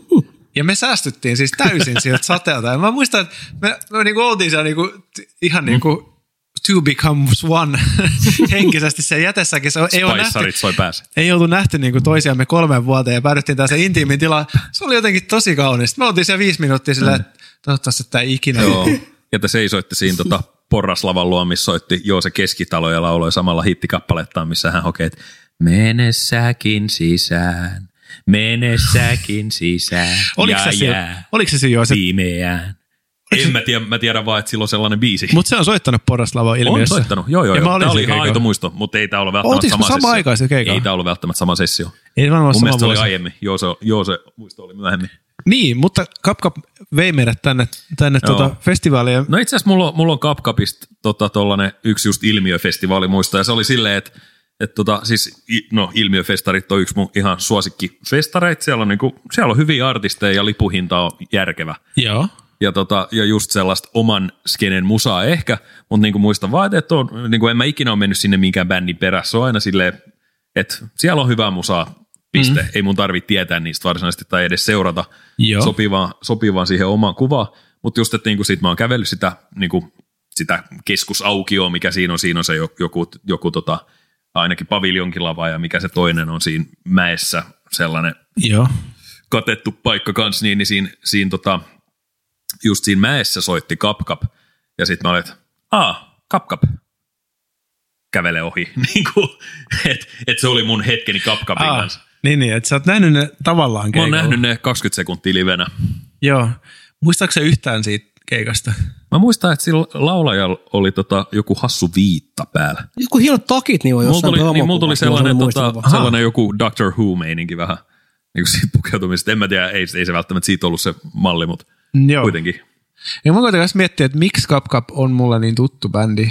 Ja me säästyttiin siis täysin sieltä sateelta. Ja mä muistan, että me, me niin kuin oltiin siellä niin kuin, ihan niin kuin two becomes one henkisesti sen jätessäkin. Se ei, nähty,
soi päässä.
ei oltu nähty niin kuin toisiamme kolmen vuoteen ja päädyttiin tällaisen intiimin tilaan. Se oli jotenkin tosi kaunista. Me oltiin siellä viisi minuuttia silleen, että toivottavasti että ei ikinä.
Joo. Ja te seisoitte siinä tota porraslavan luo, missä soitti Joose Keskitalo ja lauloi samalla hittikappalettaan, missä hän hokee, että mene säkin sisään, mene säkin sisään
oliko
ja
se
jää
oliko se Joose
pimeään. En mä tiedä, mä tiedän vaan, että sillä on sellainen biisi.
Mutta se on soittanut porraslava ilmiössä.
On soittanut, joo joo.
Ja
joo. Tämä oli ihan aito muisto, mutta ei tämä ollut välttämättä sama,
sama
sessio.
aikaa se keikka?
Ei tämä ollut välttämättä sama sessio.
Ei varmaan
Mun
sama
mielestä se
vuosi.
oli aiemmin. Joo se, joo, se muisto oli myöhemmin.
Niin, mutta KapKap vei meidät tänne, tänne tuota festivaaliin.
No itse asiassa mulla on, mulla on KapKapista tota, tollanen yksi just ilmiöfestivaali muista, ja se oli silleen, että et tota, siis, no ilmiöfestarit on yksi mun ihan suosikkifestareita, siellä on, niinku, siellä on hyviä artisteja ja lipuhinta on järkevä.
Joo.
Ja, tota, ja just sellaista oman skenen musaa ehkä, mutta niinku muistan vaan, että on, niinku en mä ikinä ole mennyt sinne minkään bändin perässä, se on aina silleen, että siellä on hyvää musaa, piste. Mm-hmm. Ei mun tarvitse tietää niistä varsinaisesti tai edes seurata sopivaa, sopivaa siihen omaan kuvaan, mutta just, että niinku sit mä oon kävellyt sitä, niinku, sitä keskusaukioa, mikä siinä on, siinä on se joku, joku tota, ainakin paviljonkin lava ja mikä se toinen on siinä mäessä sellainen
Joo.
katettu paikka kanssa, niin, niin siinä, siinä tota, just siinä mäessä soitti KapKap ja sitten mä olin, että aah, KapKap, kävele ohi, niin kuin, että et se oli mun hetkeni KapKapin
Aa,
kanssa.
Niin, niin, että sä oot nähnyt ne tavallaan keikalla.
Mä oon nähnyt ne kaksikymmentä sekuntia livenä.
Joo. Muistaaks sä yhtään siitä keikasta?
Mä muistan, että sillä laulajalla oli tota joku hassu viitta päällä.
Joku hienot takit niin on
Mulla
jossain
tuli, niin, mulla tuli sellainen, tota,
muistikuva.
sellainen joku Doctor Who-meininki vähän niin kuin siitä pukeutumisesta. En mä tiedä, ei, ei se välttämättä siitä ollut se malli, mutta
Joo.
kuitenkin.
Ja mä koitan kanssa miettiä, että miksi KapKap on mulle niin tuttu bändi.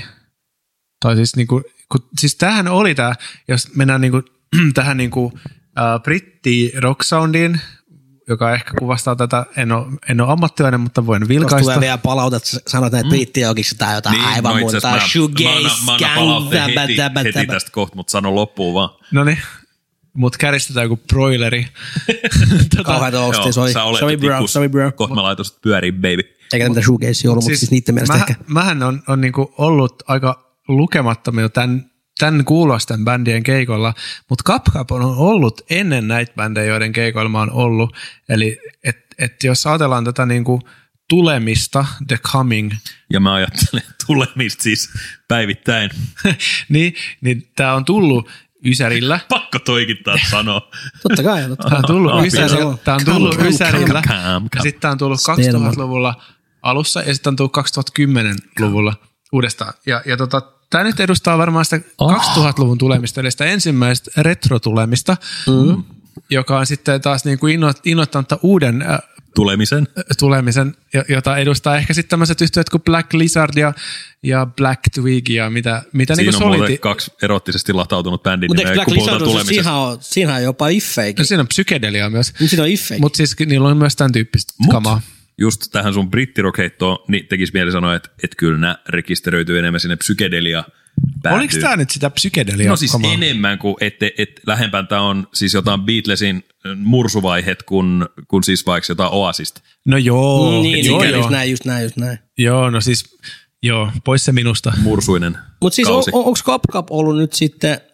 Tai siis niinku, kun, siis tämähän oli tää, jos mennään niinku, tähän niinku, äh, britti rock soundiin, joka ehkä kuvastaa tätä, en ole, en ole ammattilainen, mutta voin
Jos
vilkaista.
tulee vielä palautet, sanot, että britti onkin sitä jotain
Niin,
aivan
no
muuta.
itse asiassa mä, mä, annan- mä annan palautteen heti, heti tästä kohta, mutta sano loppuun vaan.
Noniin, mut käristetään kuin broileri. tota,
Kauhean toastia,
Joo,
sorry.
sä olet
Sorry bro,
tikus.
sorry bro.
Kohta mä laitan sut pyöriin, baby.
Eikä tämmöitä shoegazea ollut, mutta siis niiden mielestä
mä,
ehkä.
Mähän on, on niinku ollut aika lukemattomia tämän, tämän kuulosten bändien keikolla, mutta KapKap on ollut ennen näitä bändejä, joiden keikoilla mä oon ollut. Eli et, et jos ajatellaan tätä niinku tulemista, The Coming,
Ja mä ajattelen tulemista siis päivittäin.
niin, niin tää on tullut Ysärillä.
Pakko toikin taas sanoa.
Totta kai. Totta.
Tää on tullut
Ah,
Ysärillä, tää on tullut
Come, come,
Ysärillä
come, come.
ja sitten tää on tullut kaksituhattaluvulla alussa ja sitten on tullut kaksituhattakymmenluvulla uudestaan. Ja, ja tota, tämä nyt edustaa varmaan sitä
Oh.
kaksituhattaluvun tulemista, eli sitä ensimmäistä retrotulemista, mm. joka on sitten taas niin kuin inno- innoittanut uuden äh,
Tulemisen.
tulemisen, jota edustaa ehkä sitten tämmöiset yhtiöt kuin Black Lizard ja, ja Black Twig ja mitä, mitä niin
Siinä
kuin
on muuten
soliti.
kaksi erottisesti latautunut bändin
Mutta eikö
nimeä,
Black
kun puhutaan
Lizard on,
tulemisesta.
siinähän on, siinähän on jopa iffeikin.
No, siinä on psykedelia myös,
Niin siinä on iffeikin.
mutta siis niillä on myös tämän tyyppistä
Mut
kamaa.
just tähän sun brittirockheittoon, niin tekisi mieli sanoa, että, että kyllä nämä rekisteröityy enemmän sinne psykedelia päätyy.
Oliko tämä nyt sitä psykedelia
No siis
kamaa?
enemmän kuin, että et, lähempään tämä on siis jotain Beatlesin mursuvaiheet kuin, kuin siis vaikka jotain Oasista.
No joo,
Mm, niin,
joo,
niin,
joo.
just näin, just näin, just näin.
Joo, no siis, joo, pois se minusta.
Mursuinen
Mutta siis on,
kausi.
on, onko KapKap ollut nyt sitten,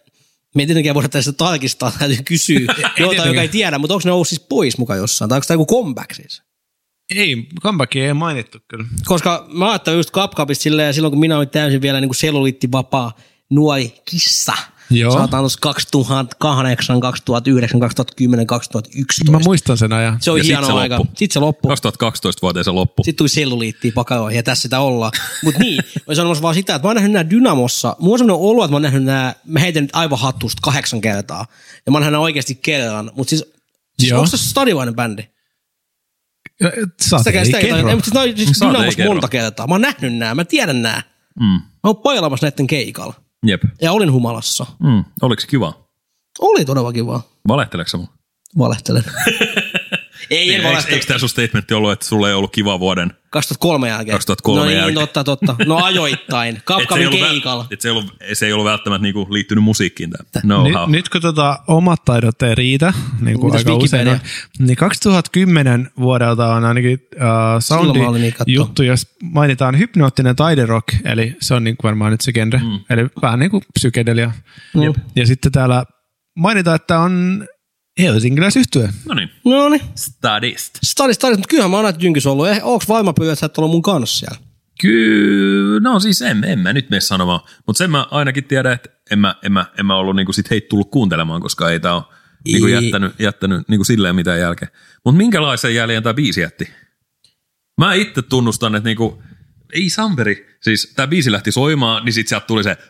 Me ei tietenkään voida tästä tarkistaa, täytyy kysyä joltain, joka ei tiedä, mutta onko ne ollut siis pois mukaan jossain? Tai onko tämä joku comeback siis?
Ei, comebackia ei mainittu kyllä.
Koska mä ajattelin just CapCapista silleen, silloin kun minä olin täysin vielä niin kuin selluliittivapaa nuori kissa.
Joo.
Saataan tuossa kaksituhattakahdeksan, kaksituhattayhdeksän, kaksituhattakymmenen, kaksituhattayksitoista.
Mä muistan sen ajan.
Se oli
Ja sit
hieno
se
aika.
loppu.
Sitten se loppui.
kaksituhattakaksitoista vuoteen se loppu.
Sitten tuli selluliittiin pakaroihin ja tässä sitä ollaan. Mutta niin, mä sanomassa vaan sitä, että mä oon nähnyt nää Dynamossa. Mulla on semmoinen olo, että mä oon nähnyt nää, mä heitän nyt aivan hattusta kahdeksan kertaa. Ja mä oon nähnyt nää oikeasti kerran. Mutta siis, siis onko se stadivainen bändi?
Sä
Sitä,
ei
sitä,
kerro.
ei, mutta siis, noi, siis
Sä oot ei
Dynamossa
kerro.
monta kertaa. Mä oon nähnyt nää, mä tiedän nää.
Mm.
Mä oon pailaamassa näitten keikalla.
Jep.
Ja olin humalassa.
Mm. Oliko se kiva?
Oli todella kivaa.
Valehteleeko sä mun?
Valehtelen. ei, en
Eikö,
valehtele.
eikö tämä sun statementti ollut, että sulla ei ollut kiva vuoden?
kaksituhattakolme jälkeen.
kaksituhattakolme
no niin,
jälkeen.
totta, totta. No ajoittain.
Et se ei
Kapkapin
ollut vä-
keikalla.
et se, ei ollut, se ei ollut välttämättä niinku liittynyt musiikkiin. Tämä. No,
Nyt, nyt kun tota omat taidot ei riitä, niin kuin
Mitäs
aika usein on,
Wikipedia?
niin kaksituhattakymmenen vuodelta on ainakin uh,
Silloin mä olin niin katsoa.
soundi-juttu, jos mainitaan hypnoottinen taiderock, eli se on niin kuin varmaan nyt se genre, mm. eli vähän niin kuin psykedelia.
Jep.
Ja sitten täällä mainitaan, että on helsinkiläisyhtye.
no niin.
No niin.
Stadist.
Stadis, stadis, mutta kyllähän mä oon näitä Jynkis ollut. Eh, onks vaimapyydät, että sä et ollut mun kanssa siellä?
Kyllä, no siis en, en mä nyt mene sanomaan, mutta sen mä ainakin tiedän, että en mä, en mä, en mä ollut niinku sit heitä tullut kuuntelemaan, koska ei tää ole niinku
Ei.
jättänyt, jättänyt niinku silleen mitään jälkeen. Mutta minkälaisen jäljen tää biisi jätti? Mä itse tunnustan, että niinku, ei Samperi, siis tää biisi lähti soimaan, niin sit sieltä tuli se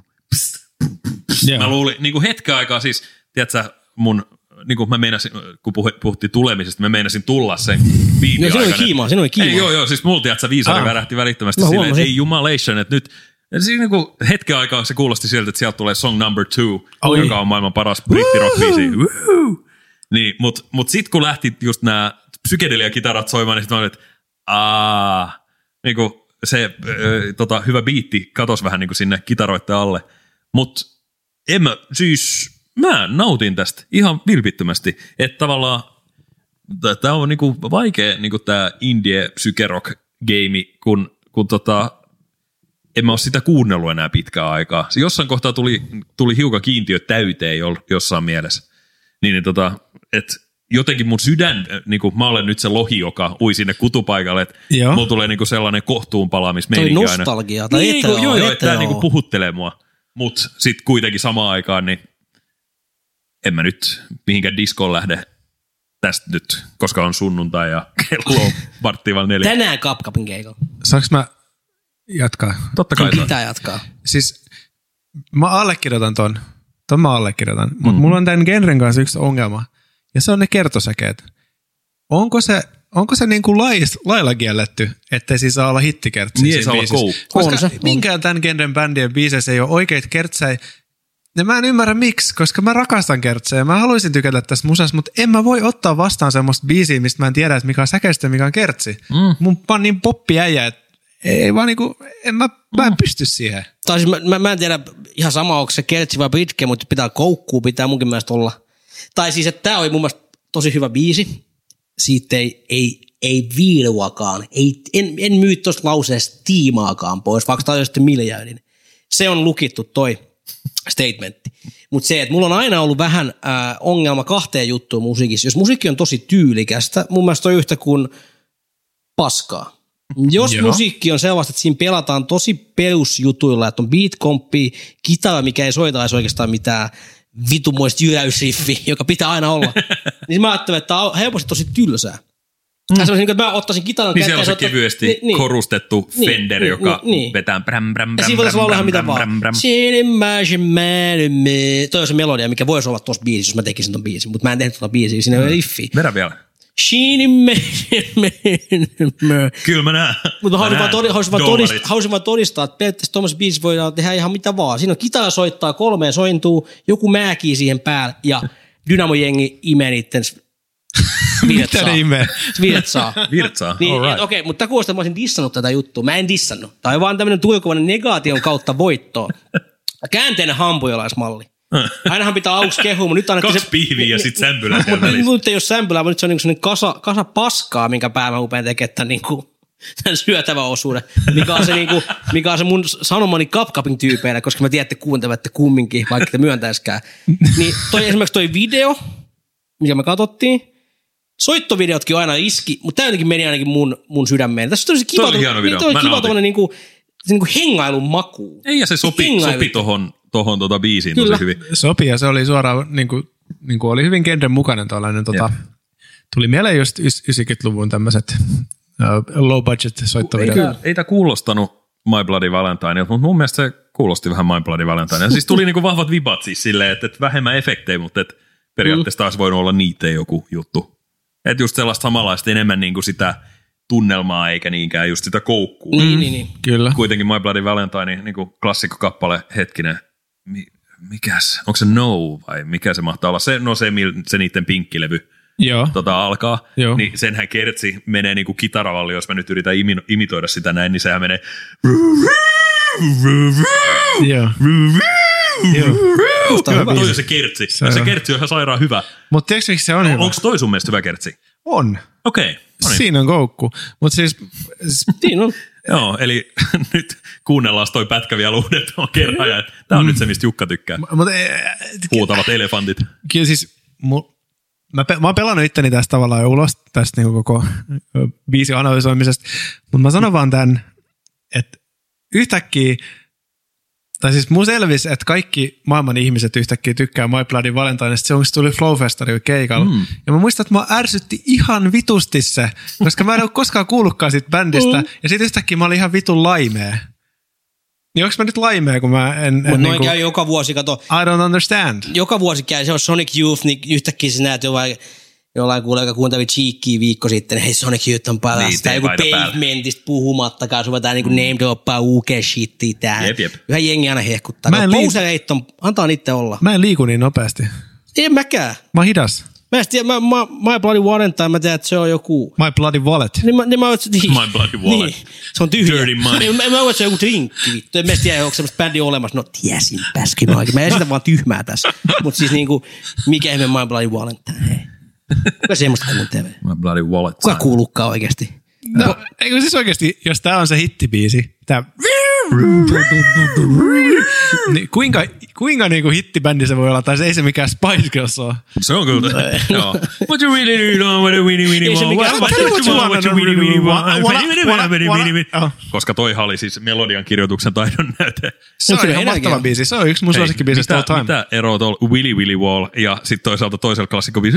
Joo.
Mä luulin, niin kuin hetken aikaa siis, tiedätkö mun, niin kuin mä meinasin, kun puhe, puhuttiin tulemisesta, mä meinasin tulla sen biitin
Joo, siinä oli
aikana.
kiimaa, siinä oli kiimaa.
Ei, joo, joo, siis multa, tiedätkö, viisari
Ah.
värähti välittömästi
Mä
silleen, että
huomasin.
ei jumalation, että nyt, ja siinä niin kuin hetken aikaa se kuulosti siltä, että sieltä tulee song number two,
Oi.
joka on maailman paras brittirock-biisi. Woohoo! Niin, mut, mut sit kun lähti just nämä psykedelia-kitarat soimaan, niin sit mä olin, että aah, niin kuin se äh, tota, hyvä biitti katosi vähän niin kuin sinne kitaroitten alle. Mut en mä, siis mä nautin tästä ihan vilpittömästi, että tavallaan tämä on niinku vaikea niinku tämä indie psykerock game, kun, kun tota, en mä ole sitä kuunnellut enää pitkään aikaa. Se jossain kohtaa tuli, tuli hiukan kiintiö täyteen jo, jossain mielessä. Niin, niin tota, että jotenkin mun sydän, niinku, mä olen nyt se lohi, joka ui sinne kutupaikalle, että
Joo.
mulla tulee niinku sellainen kohtuunpalaamismeininki
Toi
aina.
nostalgia, tai
niin,
ette
kun,
oo,
joo, joo,
ette
että tämä
oo.
niinku puhuttelee mua. Mutta sitten kuitenkin samaan aikaan, niin en mä nyt mihinkään diskoon lähde tästä nyt, koska on sunnuntai ja kello on varttiin vaan neljä.
Tänään Kapkapin keikalla.
Saanko mä jatkaa?
Totta kai saa.
Pitää jatkaa.
Siis mä allekirjoitan ton, ton mä allekirjoitan, mm. mutta mulla on tämän genren kanssa yksi ongelma, ja se on ne kertosäkeet. Onko se, onko se niin kuin lais, lailla kielletty, ettei siis saa olla hittikertsiä
Niin ei
siinä
saa olla
biisissä?
kou.
Koska
On se, on.
minkään tämän genren bändien biiseissä ei ole oikeita kertsejä, ja mä en ymmärrä miksi, koska mä rakastan kertsejä. Mä haluaisin tykätä tästä musasta, mutta en mä voi ottaa vastaan semmoista biisiä, mistä mä en tiedä, että mikä on säkeistä ja mikä on kertsi. Mm. Mun mä oon niin poppiäijä, että ei vaan niinku, en mä, mä en pysty siihen.
Tai siis mä, mä, mä en tiedä ihan sama, onko se keltsi vai pitkä, mutta pitää koukkuu, pitää munkin mielestä olla. Tai siis, että tää oli mun mielestä tosi hyvä biisi. Siitä ei, ei, ei viiluakaan. Ei, en, en myy tuosta lauseesta tiimaakaan pois, vaikka tää on sitten miljardin. Se on lukittu toi statementti. Mutta se, että mulla on aina ollut vähän äh, ongelma kahteen juttuun musiikissa. Jos musiikki on tosi tyylikästä, mun mielestä on yhtä kuin paskaa. Jos
Joo.
musiikki on sellaista, että siinä pelataan tosi perusjutuilla, että on beat-komppi, kitara, mikä ei soita edes oikeastaan mitään vitumoista jyräysriffiä, joka pitää aina olla, niin mä ajattelen, että tämä on helposti tosi tylsää. Mm. Se on niin, että mä ottaisin kitaran
Niin
käteen
siellä on se
ja soittaa-
kevyesti
Niin, niin.
korustettu
Niin,
Fender,
niin,
joka
niin, niin.
vetää bräm, bräm,
Ja
bräm,
siinä voitaisiin
bräm,
laulaa ihan
bräm,
mitä
bräm,
vaan.
bräm.
Toi on se melodia, mikä voisi olla tuossa biisissä, jos mä tekisin ton biisin, mutta mä en tehnyt tuota biisiä, siinä ei ole riffiä.
Vedä vielä. Kyllä mä näen.
Mutta mä haluaisin vaan, todi, haluaisin, vaan
Dollarit.
todistaa, haluaisin vaan todistaa, että periaatteessa tuommoisessa biisissä voidaan tehdä ihan mitä vaan. Siinä on kitara soittaa kolmeen sointuu, joku määkii siihen päälle ja Dynamo-jengi imee niitten
Mitä ne imee?
virtsaa.
Virtsaa.
Niin,
All right.
et, okei, mutta tämä kuulostaa, että mä olisin dissannut tätä juttua. Mä en dissannut. Tämä on vaan tämmöinen tuikovainen negaation kautta voittoa. Käänteinen hampujalaismalli. Ainahan pitää aluksi kehua, mutta nyt annettiin
Kaksi pihviä ja sit sämpylää siellä
Mutta
välissä.
nyt ei ole sämpylää, vaan nyt se on niinku sellainen kasa, kasa paskaa, minkä päällä mä upean tekemään tämän niinku tämän syötävän osuuden, mikä on se, niinku, mikä on se mun sanomani kapkapin tyypeillä, koska mä tiedän, että kuuntelette kumminkin, vaikka te myöntäiskään. Niin toi esimerkiksi toi video, mikä me katsottiin, soittovideotkin aina iski, mutta tämä jotenkin meni ainakin mun, mun sydämeen. Tässä oli kiva,
Toi oli hieno video.
Niin,
Mä
kiva
nautin.
tommonen niinku, se niinku hengailun maku.
Ei, ja se sopi,
Hengailu.
sopi tohon, tohon tota biisiin
Kyllä.
tosi hyvin.
Sopi ja se oli suoraan, niin kuin, niin kuin oli hyvin genren mukainen tuollainen. Tota, tuli mieleen just yhdeksänkymmentäluvun tämmöiset uh, low budget soittovideot.
Ei, ei tämä kuulostanut My Bloody Valentine, mutta mun mielestä se kuulosti vähän My Bloody Valentine. Ja siis tuli niinku vahvat vibat siis silleen, että, että vähemmän efektejä, mutta että periaatteessa taas voinut olla niitä joku juttu. Että just sellaista samanlaista enemmän niinku sitä tunnelmaa eikä niinkään just sitä koukkua.
Niin, niin, niin.
Kyllä.
Kuitenkin My Bloody Valentine, niin kuin klassikkokappale, hetkinen, mi, mikäs, onko se No vai mikä se mahtaa olla? Se, no se, se niiden pinkkilevy
Joo.
tota, alkaa,
Joo.
niin senhän kertsi menee niin kuin kitaravalli, jos mä nyt yritän imi- imitoida sitä näin, niin sehän menee
Joo. Joo.
Hyvä,
Hyvä
toi on
biisi.
se kertsi.
Se
Ja se
on.
kertsi on ihan sairaan hyvä.
Mutta tiedätkö, miksi se on hyvä?
Onko toi sun mielestä hyvä kertsi?
On.
Okei, okay. no niin.
Siinä on koukku. Mutta siis,
Siinä on.
Joo, eli nyt kuunnellaan toi pätkä vielä uudestaan kerran. Ja tää on mm. nyt se, mistä Jukka tykkää.
mutta
Huutavat elefantit.
kyllä siis, mu, mä, pe, mä oon pelannut itteni tästä tavallaan jo ulos tästä niinku koko ö, biisin analysoimisesta, mutta mä sanon vaan tämän, että yhtäkkiä, tai siis mun selvisi, että kaikki maailman ihmiset yhtäkkiä tykkää My Bloody Valentinesta, se on, kun se tuli Flowfestarilla keikalla. Mm. Ja mä muistan, että mä ärsytti ihan vitusti se, koska mä en ole koskaan kuullutkaan siitä bändistä, mm. ja sitten yhtäkkiä mä olin ihan vitun laimea. Niin onks mä nyt laimea, kun mä en...
Mutta
en
noin
niinku,
käy joka vuosi, kato,
I don't understand.
joka vuosi käy, se on Sonic Youth, niin yhtäkkiä sä näet jollain, jollain kuulee, joka kuunteli Cheekkiä viikko sitten, hei Sonic Youth on paras,
Niin,
tai joku
teepaita päällä.
Pavementista puhumattakaan, ruvetaan niinku name droppaa uukea shittiä tähän.
Jep, jep.
Yhä jengi aina hehkuttaa.
Mä en liik-
Pousereit on, antaa niitten olla.
Mä en liiku niin nopeasti.
En mäkään.
Mä oon hidas.
Mä en tiedä, mä, mä, My Bloody Valentine, mä tiedän, että se on joku...
My Bloody Wallet.
Niin mä, niin mä oon, niin.
My Bloody Wallet.
Niin, se on tyhjä.
Dirty money.
Niin, mä, mä oon, että se on joku drinkki, vittu. En mä tiedä, onko semmoista bändiä olemassa. No tiesin päskin oikein. Mä esitän vaan tyhmää tässä. Mutta siis niinku, mikä ihme My Bloody Valentine, hei. Kuka semmoista kuuntelee?
My Bloody Wallet.
Kuka kuulukkaa oikeasti?
No, eikö siis oikeasti, jos tää on se hittibiisi, tää... niin kuinka, kuinka niinku hittibändi se voi olla, tai se ei se mikään Spice Girls ole.
Se on kyllä. Joo. What you really do, what you really, really
Ei se
want,
mikään-
what you want, what you really, really want,
Oh.
koska toihan oli siis melodian kirjoituksen taidon näyte.
Se on
Kyllä,
ihan
energiaa.
mahtava biisi. Se on yksi mun
Hei,
suosikkibiisistä all
mitä,
time.
mitä eroa tuolla Willy Willy Wall ja sitten toisaalta toisella klassikkobiisi.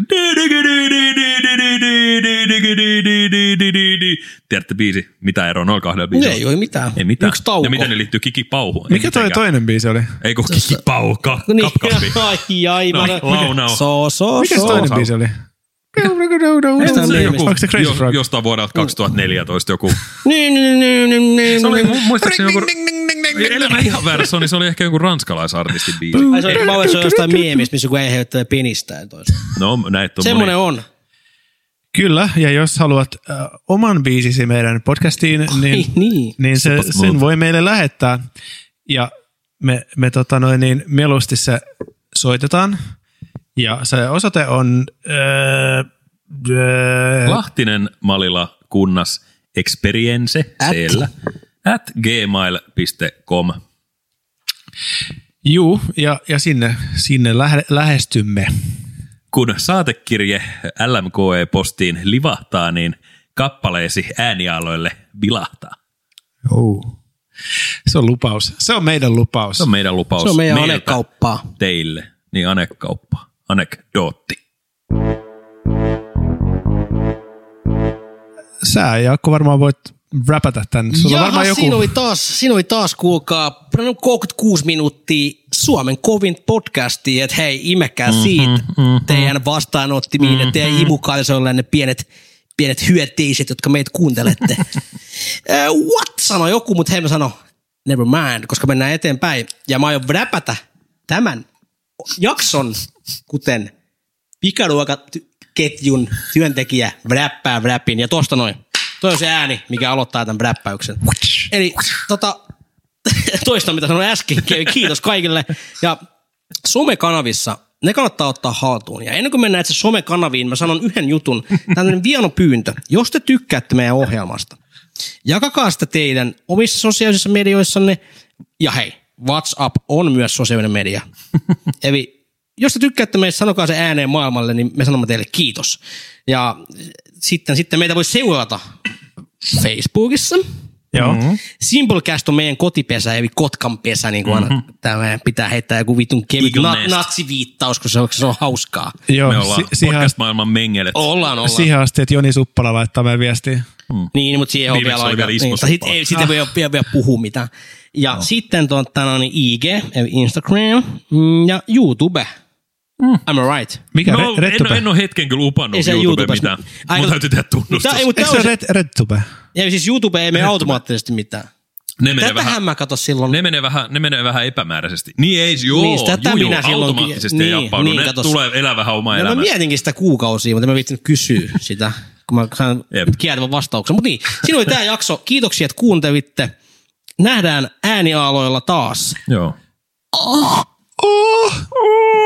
Tiedätte biisi? Mitä eroa noilla kahdella biisillä?
Ei ole mitään.
Ei mitään.
Yksi tauko.
Ja miten ne liittyy Kiki Pauhuun?
Mikä toi toinen biisi oli?
Ei kun Kiki Pauhu, ka,
Niin,
kapkappi.
ai, ai,
No,
mä-
launau.
So, so,
Mikä
so.
toinen biisi oli?
Onko tää
Se
niin?
joku,
Onko se Crazy
jo-
Frog?
jostain vuodelta kaksituhattaneljätoista joku.
Niin, niin, niin, niin, niin.
Se oli mu- muistaakseni joku... Elämä ihan väärässä, niin se oli ehkä joku ranskalaisartistin biisi.
Ai se on, mä olen, se on jostain miemistä, missä joku eheyttävä penistään toista.
No näitä on
Semmoinen
moni.
on.
Kyllä, ja jos haluat äh, oman biisisi meidän podcastiin, niin,
niin.
niin se,
Super smooth.
sen voi meille lähettää. Ja me, me tota noin, niin mieluusti se soitetaan. Ja se osoite on... Äh, äh,
Lahtinen Malila kunnas experience
At.
siellä at gmail piste com.
juu, ja, ja sinne, sinne lähe, lähestymme.
Kun saatekirje L M K E-postiin livahtaa, niin kappaleesi äänialoille vilahtaa.
Oh. Se on lupaus. Se on meidän lupaus.
Se on meidän lupaus.
Se on meidän
meiltä
anekauppaa.
Teille. Niin anekauppa. Anekdootti.
Sä, Jaakko, varmaan voit räpätä tämän. Sulla on
Jaha,
varmaan joku...
siinä oli taas, siinä oli taas kuulkaa, kolmekymmentäkuusi minuuttia Suomen kovin podcastia, että hei, imekää mm-hmm, siitä mm-hmm. teidän vastaanottimiin mm-hmm. ja teidän imukalsoille ne pienet, pienet hyöteiset, jotka meitä kuuntelette. uh, what? Sanoi joku, mutta hei mä sano, never mind, koska mennään eteenpäin. Ja mä aion räpätä tämän jakson, kuten pikaluokkaketjun työntekijä räppää räpin. Ja tosta noin. Toi on se ääni, mikä aloittaa tämän räppäyksen. Eli tota, toista mitä sanoin äsken, kiitos kaikille. Ja somekanavissa ne kannattaa ottaa haltuun. Ja ennen kuin mennään itse somekanaviin, mä sanon yhden jutun. Tällainen viano pyyntö. Jos te tykkäätte meidän ohjelmasta, Jakakaa sitä teidän omissa sosiaalisissa medioissanne. Ja hei, WhatsApp on myös sosiaalinen media. Eli jos te tykkäätte meistä, sanokaa se ääneen maailmalle, niin me sanomme teille kiitos. Ja sitten, sitten meitä voi seurata Facebookissa.
Joo.
Mm-hmm. Simplecast on meidän kotipesä, eli Kotkan pesä, niin kuin mm-hmm. aina pitää heittää joku vitun kevyt na- natsiviittaus, koska se on, se on hauskaa.
Joo,
Me ollaan
si-
podcast-maailman mengelet.
Ollaan, ollaan.
Siihen asti, että Joni Suppala laittaa meidän viestiä.
Hmm. Niin, mutta siihen on
Viimeksi
vielä
oli
aika.
vielä Ismo
Niin,
Suppala.
sitten ei, siitä voi vielä, vielä puhua mitään. Ja no. sitten tuota, niin I G, eli Instagram ja YouTube. Mm. Am I right?
Mikä?
No,
Re- RedTube?
en, en ole hetken kyllä upannut
Ei se
YouTube
YouTubessa-
mitään.
Ai,
Mun
no-
täytyy tehdä tunnustus.
Ei, mutta
Eikö se ole Red, RedTube?
Ja siis YouTube ei mene automaattisesti mitään.
Ne menee,
Tätähän
vähän,
mä kato silloin.
ne, menee vähän, ne menee vähän epämääräisesti. Niin ei, joo,
Niin, tätä
joo,
minä
joo
silloin-
automaattisesti
niin,
ei japaudu.
niin,
Ne
katos.
tulee elää vähän omaa
Ja mä
elämää.
mietinkin sitä kuukausia, mutta en mä viittinyt kysyä sitä, kun mä sain
Jep.
kiertävän vastauksen. Mutta niin, siinä oli tämä jakso. Kiitoksia, että kuuntelitte. Nähdään ääniaaloilla taas.
Joo.
Oh!